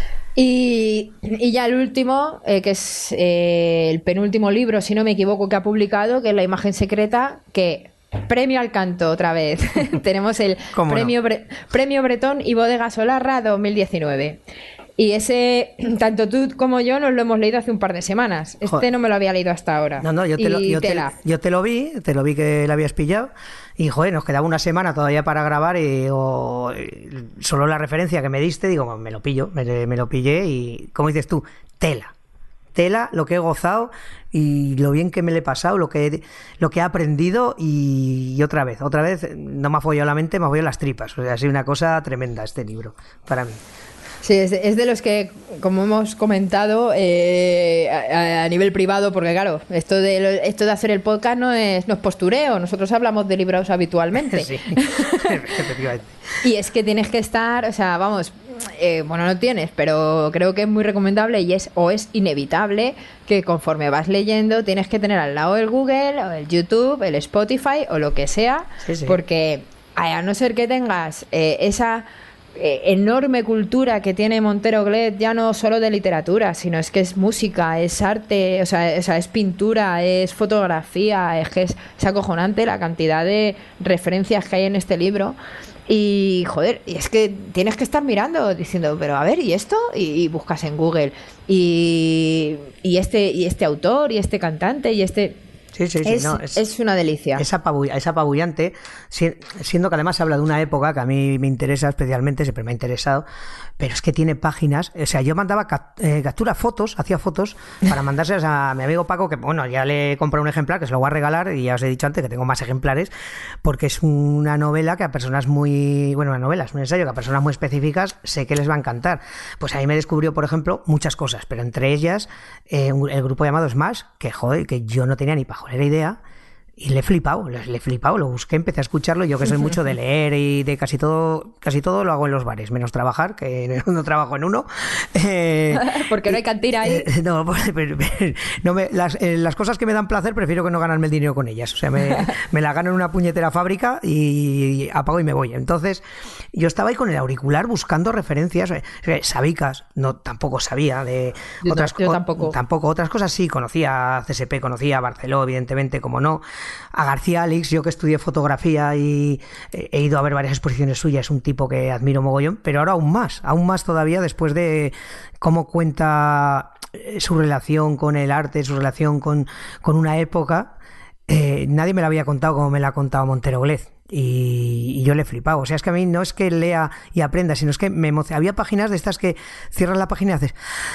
Y, y ya el último, eh, que es eh, el penúltimo libro, si no me equivoco, que ha publicado, que es La imagen secreta, que premio al canto otra vez. Tenemos el premio, no? Bre- premio Bretón y Bodega Solarra dos mil diecinueve. Y ese, tanto tú como yo nos lo hemos leído hace un par de semanas. Este Joder. No me lo había leído hasta ahora. No, no, yo te, lo, yo, te, yo te lo vi, te lo vi que lo habías pillado. Y, joder, nos quedaba una semana todavía para grabar y o, solo la referencia que me diste, digo, me lo pillo, me, me lo pillé y, como dices tú, tela. Tela, lo que he gozado y lo bien que me le he pasado, lo que he, lo que he aprendido y, y otra vez, otra vez, no me ha follado la mente, me ha follado las tripas. O sea, ha sido una cosa tremenda este libro, para mí. Sí, es de, es de los que, como hemos comentado, eh, a, a nivel privado, porque claro, esto de esto de hacer el podcast no es, no es postureo, nosotros hablamos de libros habitualmente. Sí, efectivamente. Y es que tienes que estar, o sea, vamos, eh, bueno, no tienes, pero creo que es muy recomendable y es o es inevitable que conforme vas leyendo tienes que tener al lado el Google, o el YouTube, el Spotify o lo que sea, sí, sí. Porque a no ser que tengas eh, esa eh, enorme cultura que tiene Montero Glez, ya no solo de literatura, sino es que es música, es arte, o sea, o sea es pintura, es fotografía, es que es, es acojonante la cantidad de referencias que hay en este libro. Y joder, y es que tienes que estar mirando diciendo, pero a ver, ¿y esto? Y, y buscas en Google y, y este y este autor y este cantante y este... Sí, sí, sí, es, no, es, es una delicia. Es, apabull- es apabullante, siendo que además se habla de una época que a mí me interesa especialmente, siempre me ha interesado, pero es que tiene páginas, o sea, yo mandaba cap- eh, captura fotos, hacía fotos para mandárselas a mi amigo Paco, que bueno, ya le compré un ejemplar, que se lo voy a regalar, y ya os he dicho antes que tengo más ejemplares, porque es una novela que a personas muy, bueno, una novela, es un ensayo que a personas muy específicas sé que les va a encantar. Pues ahí me descubrió, por ejemplo, muchas cosas, pero entre ellas eh, un, el grupo llamado Smash, que joder, que yo no tenía ni pajolera idea. Y le he flipado, le, le he flipado, lo busqué, empecé a escucharlo. Yo que soy mucho de leer y de casi todo, casi todo lo hago en los bares, menos trabajar, que no trabajo en uno. Eh, Porque no hay cantina ahí. Eh, no, pero, pero, no me, las, eh, las cosas que me dan placer prefiero que no ganarme el dinero con ellas. O sea, me, me la gano en una puñetera fábrica y, y apago y me voy. Entonces, yo estaba ahí con el auricular buscando referencias. Eh, Sabicas, no, tampoco sabía de yo otras cosas. Tampoco. tampoco. Otras cosas sí, conocía a C S P, conocía a Barceló, evidentemente, como no. A García Alix, yo que estudié fotografía y he ido a ver varias exposiciones suyas, es un tipo que admiro mogollón, pero ahora aún más, aún más todavía después de cómo cuenta su relación con el arte, su relación con, con una época. Eh, nadie me la había contado como me la ha contado Montero Glez. Y, y yo le he flipado. O sea, es que a mí no es que lea y aprenda, sino es que me emociona. Había páginas de estas que cierras la página y haces...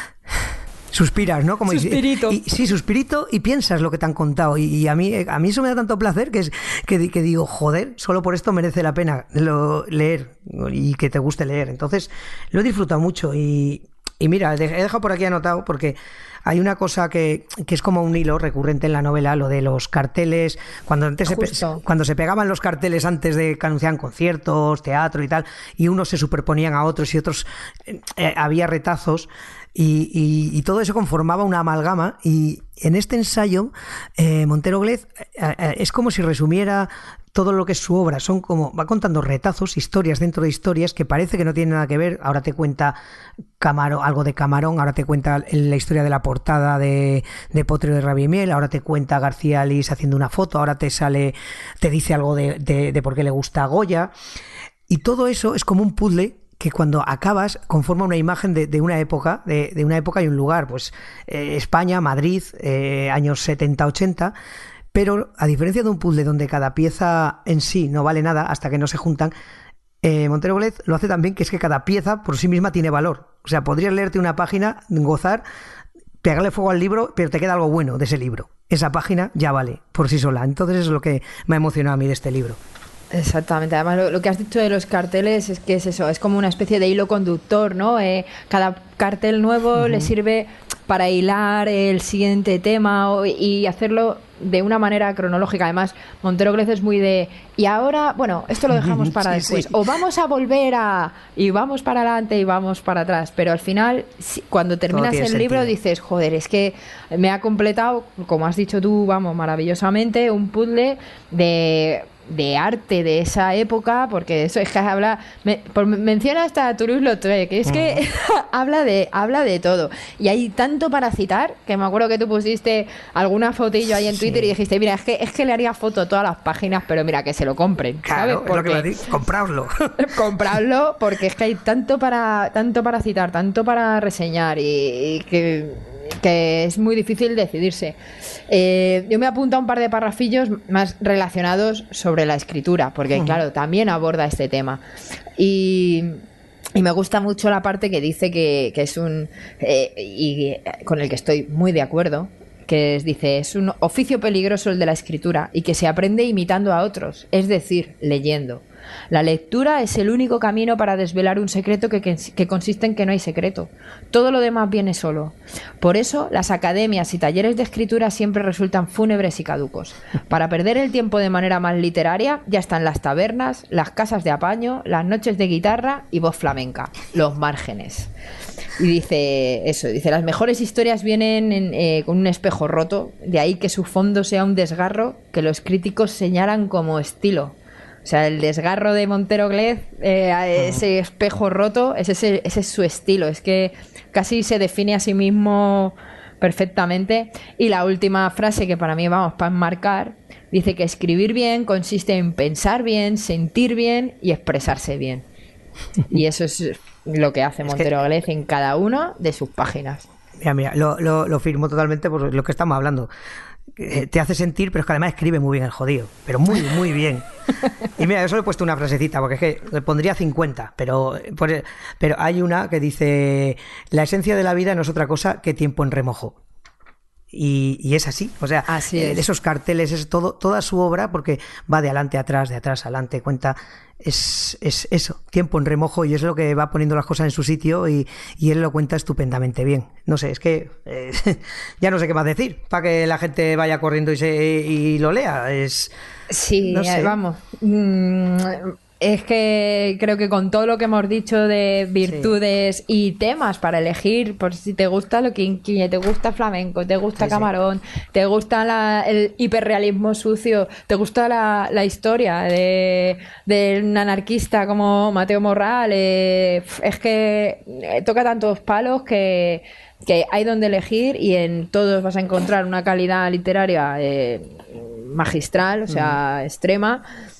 Suspiras, ¿no? Como suspirito. Y, y, sí, suspirito y piensas lo que te han contado. Y, y a mí a mí eso me da tanto placer que, es, que, que digo, joder, solo por esto merece la pena lo, leer y que te guste leer. Entonces, lo he disfrutado mucho. Y, y mira, he dejado por aquí anotado porque hay una cosa que, que es como un hilo recurrente en la novela, lo de los carteles. Cuando antes se, cuando se pegaban los carteles antes de que anunciaban conciertos, teatro y tal, y unos se superponían a otros y otros, eh, había retazos. Y, y, y todo eso conformaba una amalgama, y en este ensayo eh, Montero Glez eh, eh, es como si resumiera todo lo que es su obra. Son como, va contando retazos, historias dentro de historias que parece que no tienen nada que ver. Ahora te cuenta Camarón, algo de Camarón, ahora te cuenta la historia de la portada de, de Potro de Rabia y Miel, ahora te cuenta García Alix haciendo una foto, ahora te sale, te dice algo de, de, de por qué le gusta a Goya, y todo eso es como un puzzle que cuando acabas conforma una imagen de, de una época, de, de una época y un lugar, pues eh, España, Madrid, eh, años setenta ochenta, pero a diferencia de un puzzle donde cada pieza en sí no vale nada hasta que no se juntan, eh, Montero Glez lo hace también, que es que cada pieza por sí misma tiene valor. O sea, podrías leerte una página, gozar, pegarle fuego al libro, pero te queda algo bueno de ese libro. Esa página ya vale por sí sola. Entonces es lo que me ha emocionado a mí de este libro. Exactamente, además lo, lo que has dicho de los carteles es que es eso, es como una especie de hilo conductor, ¿no? Eh, cada cartel nuevo uh-huh. le sirve para hilar el siguiente tema o, y hacerlo de una manera cronológica. Además, Montero Glez es muy de, y ahora, bueno, esto lo dejamos para sí, después, sí. o vamos a volver a, y vamos para adelante y vamos para atrás, pero al final, si, cuando terminas el sentido. libro dices, joder, es que me ha completado, como has dicho tú, vamos, maravillosamente, un puzzle de... de arte de esa época, porque eso es que habla, me, por, menciona hasta Toulouse-Lautrec, que es que uh-huh. habla de habla de todo, y hay tanto para citar, que me acuerdo que tú pusiste alguna fotillo ahí en Twitter sí. y dijiste, mira, es que es que le haría foto a todas las páginas, pero mira, que se lo compren, claro, ¿sabes? Porque, es lo que digo, compradlo. compradlo, porque es que hay tanto para tanto para citar, tanto para reseñar, y, y que que es muy difícil decidirse. Eh, yo me he apuntado un par de parrafillos más relacionados sobre la escritura, porque uh-huh. claro, también aborda este tema. Y, y me gusta mucho la parte que dice que, que es un... Eh, y con el que estoy muy de acuerdo, que es, dice, es un oficio peligroso el de la escritura y que se aprende imitando a otros, es decir, leyendo. La lectura es el único camino para desvelar un secreto que, que, que consiste en que no hay secreto. Todo lo demás viene solo. Por eso, las academias y talleres de escritura siempre resultan fúnebres y caducos. Para perder el tiempo de manera más literaria, ya están las tabernas, las casas de apaño, las noches de guitarra y voz flamenca, los márgenes. Y dice eso, dice, las mejores historias vienen en, eh, con un espejo roto, de ahí que su fondo sea un desgarro que los críticos señalan como estilo. O sea, el desgarro de Montero Glez, eh, ese espejo roto, ese, ese, ese es su estilo. Es que casi se define a sí mismo perfectamente. Y la última frase que para mí, vamos, para enmarcar, dice que escribir bien consiste en pensar bien, sentir bien y expresarse bien. Y eso es lo que hace Montero Glez en cada una de sus páginas. Mira, mira, lo, lo, lo firmo totalmente por lo que estamos hablando. Te hace sentir, pero es que además escribe muy bien el jodido, pero muy, muy bien. Y mira, yo solo he puesto una frasecita, porque es que le pondría cincuenta, pero, pero hay una que dice: la esencia de la vida no es otra cosa que tiempo en remojo. Y, y es así, o sea, así es. Esos carteles, es todo, toda su obra, porque va de adelante a atrás, de atrás a adelante, cuenta, es, es eso, tiempo en remojo, y es lo que va poniendo las cosas en su sitio, y, y él lo cuenta estupendamente bien. No sé, es que eh, ya no sé qué más decir, para que la gente vaya corriendo y, se, y lo lea. Es, sí, no sé. Vamos. Mm, es que creo que con todo lo que hemos dicho de virtudes sí. y temas para elegir, por si te gusta lo quinquille, te gusta flamenco, te gusta sí, Camarón, sí. te gusta la, el hiperrealismo sucio, te gusta la, la historia de, de un anarquista como Mateo Morral, eh, es que toca tantos palos que, que hay donde elegir, y en todos vas a encontrar una calidad literaria eh, magistral, o sea, mm. extrema,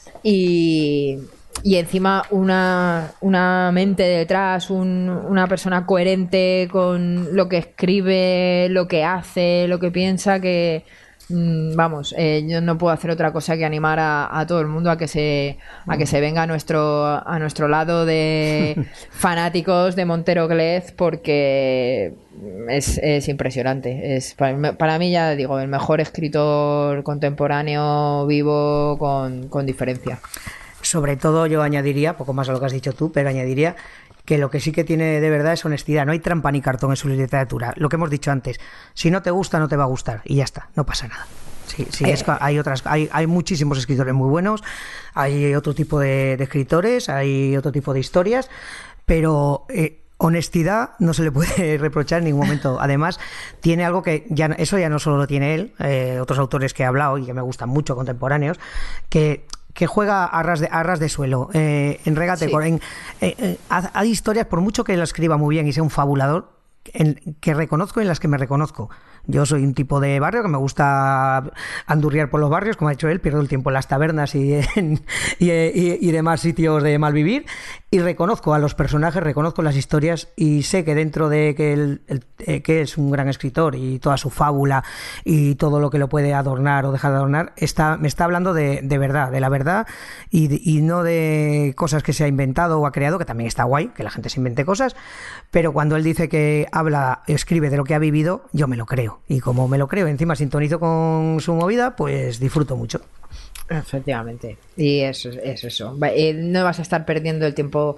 y... y encima una, una mente detrás, un, una persona coherente con lo que escribe, lo que hace, lo que piensa, que mmm, vamos, eh, yo no puedo hacer otra cosa que animar a, a todo el mundo a que se a que se venga a nuestro a nuestro lado de fanáticos de Montero Glez, porque es, es impresionante. Es para, para mí, ya digo, el mejor escritor contemporáneo vivo con, con diferencia. Sobre todo yo añadiría, poco más a lo que has dicho tú, pero añadiría que lo que sí que tiene de verdad es honestidad. No hay trampa ni cartón en su literatura. Lo que hemos dicho antes, si no te gusta, no te va a gustar, y ya está, no pasa nada. Sí, sí, es, hay otras, hay, hay muchísimos escritores muy buenos, hay otro tipo de, de escritores, hay otro tipo de historias, pero eh, honestidad no se le puede reprochar en ningún momento. Además, tiene algo que ya eso ya no solo lo tiene él, eh, otros autores que he hablado y que me gustan mucho, contemporáneos, que que juega a ras de, a ras de suelo, eh, en regate, sí. en, eh, eh, hay historias, por mucho que lo escriba muy bien y sea un fabulador, en, que reconozco, en las que me reconozco. Yo soy un tipo de barrio que me gusta andurriar por los barrios, como ha hecho él, pierdo el tiempo en las tabernas y, en, y, y, y demás sitios de malvivir, y reconozco a los personajes, reconozco las historias, y sé que dentro de que él el, eh, que es un gran escritor y toda su fábula y todo lo que lo puede adornar o dejar de adornar, está, me está hablando de, de verdad, de la verdad, y, de, y no de cosas que se ha inventado o ha creado, que también está guay, que la gente se invente cosas, pero cuando él dice que habla, escribe de lo que ha vivido, yo me lo creo. Y como me lo creo, encima sintonizo con su movida, pues disfruto mucho. Efectivamente. Y eso es eso. No vas a estar perdiendo el tiempo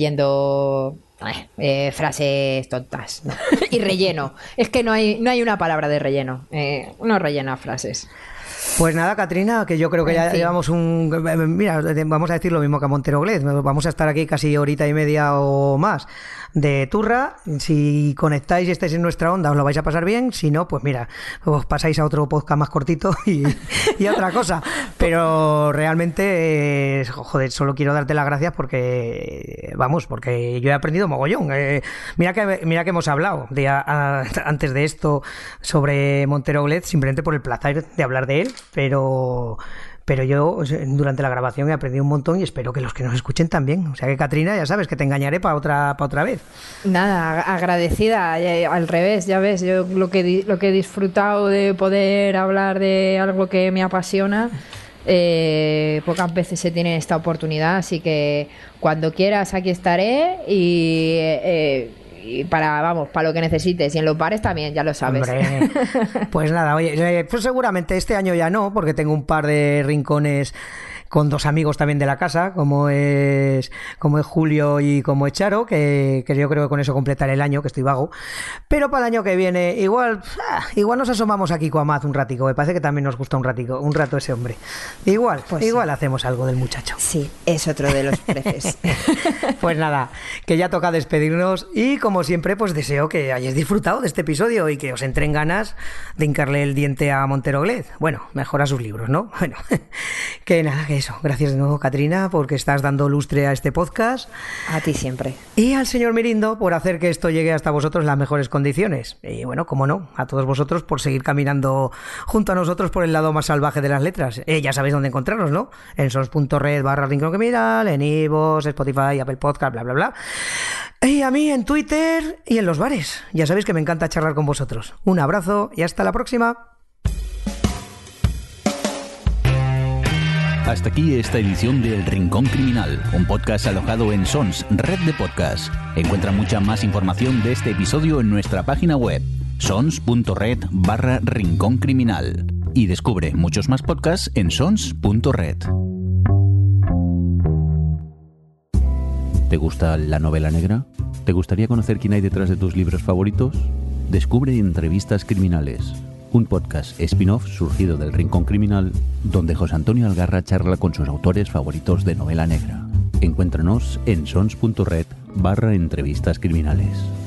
leyendo eh, frases tontas y relleno. Es que no hay, no hay una palabra de relleno. Eh, no rellena frases. Pues nada, Catrina, que yo creo que en ya fin. llevamos un... Mira, vamos a decir lo mismo que a Montero Glez. Vamos a estar aquí casi horita y media o más de turra. Si conectáis y estáis en nuestra onda, os lo vais a pasar bien. Si no, pues mira, os pasáis a otro podcast más cortito y, y a otra cosa. Pero realmente, eh, joder, solo quiero darte las gracias porque, vamos, porque yo he aprendido mogollón. Eh, mira que mira que hemos hablado de, a, a, antes de esto sobre Montero Glez, simplemente por el placer de hablar de él. Pero pero yo durante la grabación he aprendido un montón y espero que los que nos escuchen también. O sea que, Catrina, ya sabes que te engañaré para otra para otra vez. Nada, agradecida, al revés, ya ves, yo lo que lo que he disfrutado de poder hablar de algo que me apasiona, eh, pocas veces se tiene esta oportunidad, así que cuando quieras aquí estaré y... Eh, y para, vamos, para lo que necesites. Y en los bares también, ya lo sabes. Hombre, pues nada, oye, pues seguramente este año ya no, porque tengo un par de rincones con dos amigos también de la casa, como es como es Julio y como es Charo, que, que yo creo que con eso completaré el año, que estoy vago. Pero para el año que viene, igual ah, igual nos asomamos aquí con Amaz un ratico, me parece que también nos gusta un ratico, un rato ese hombre. Igual, pues igual sí. Hacemos algo del muchacho. Sí, es otro de los precios. Pues nada, que ya toca despedirnos y como siempre, pues deseo que hayáis disfrutado de este episodio y que os entren ganas de hincarle el diente a Montero Glez. Bueno, mejor a sus libros, ¿no? Bueno, que nada, que eso. Gracias de nuevo, Catrina, porque estás dando lustre a este podcast. A ti siempre. Y al señor Mirindo por hacer que esto llegue hasta vosotros en las mejores condiciones. Y bueno, como no, a todos vosotros por seguir caminando junto a nosotros por el lado más salvaje de las letras. Eh, ya sabéis dónde encontrarnos, ¿no? En sons.red barra Rincón Criminal, en iVoox, Spotify, Apple Podcast, bla, bla, bla. Y a mí en Twitter y en los bares. Ya sabéis que me encanta charlar con vosotros. Un abrazo y hasta la próxima. Hasta aquí esta edición de El Rincón Criminal, un podcast alojado en Sons, red de podcast. Encuentra mucha más información de este episodio en nuestra página web, sons.red barra Rincón Criminal. Y descubre muchos más podcasts en sons.red. ¿Te gusta la novela negra? ¿Te gustaría conocer quién hay detrás de tus libros favoritos? Descubre Entrevistas Criminales, un podcast spin-off surgido del Rincón Criminal, donde José Antonio Algarra charla con sus autores favoritos de novela negra. Encuéntranos en sons.red barra entrevistas criminales.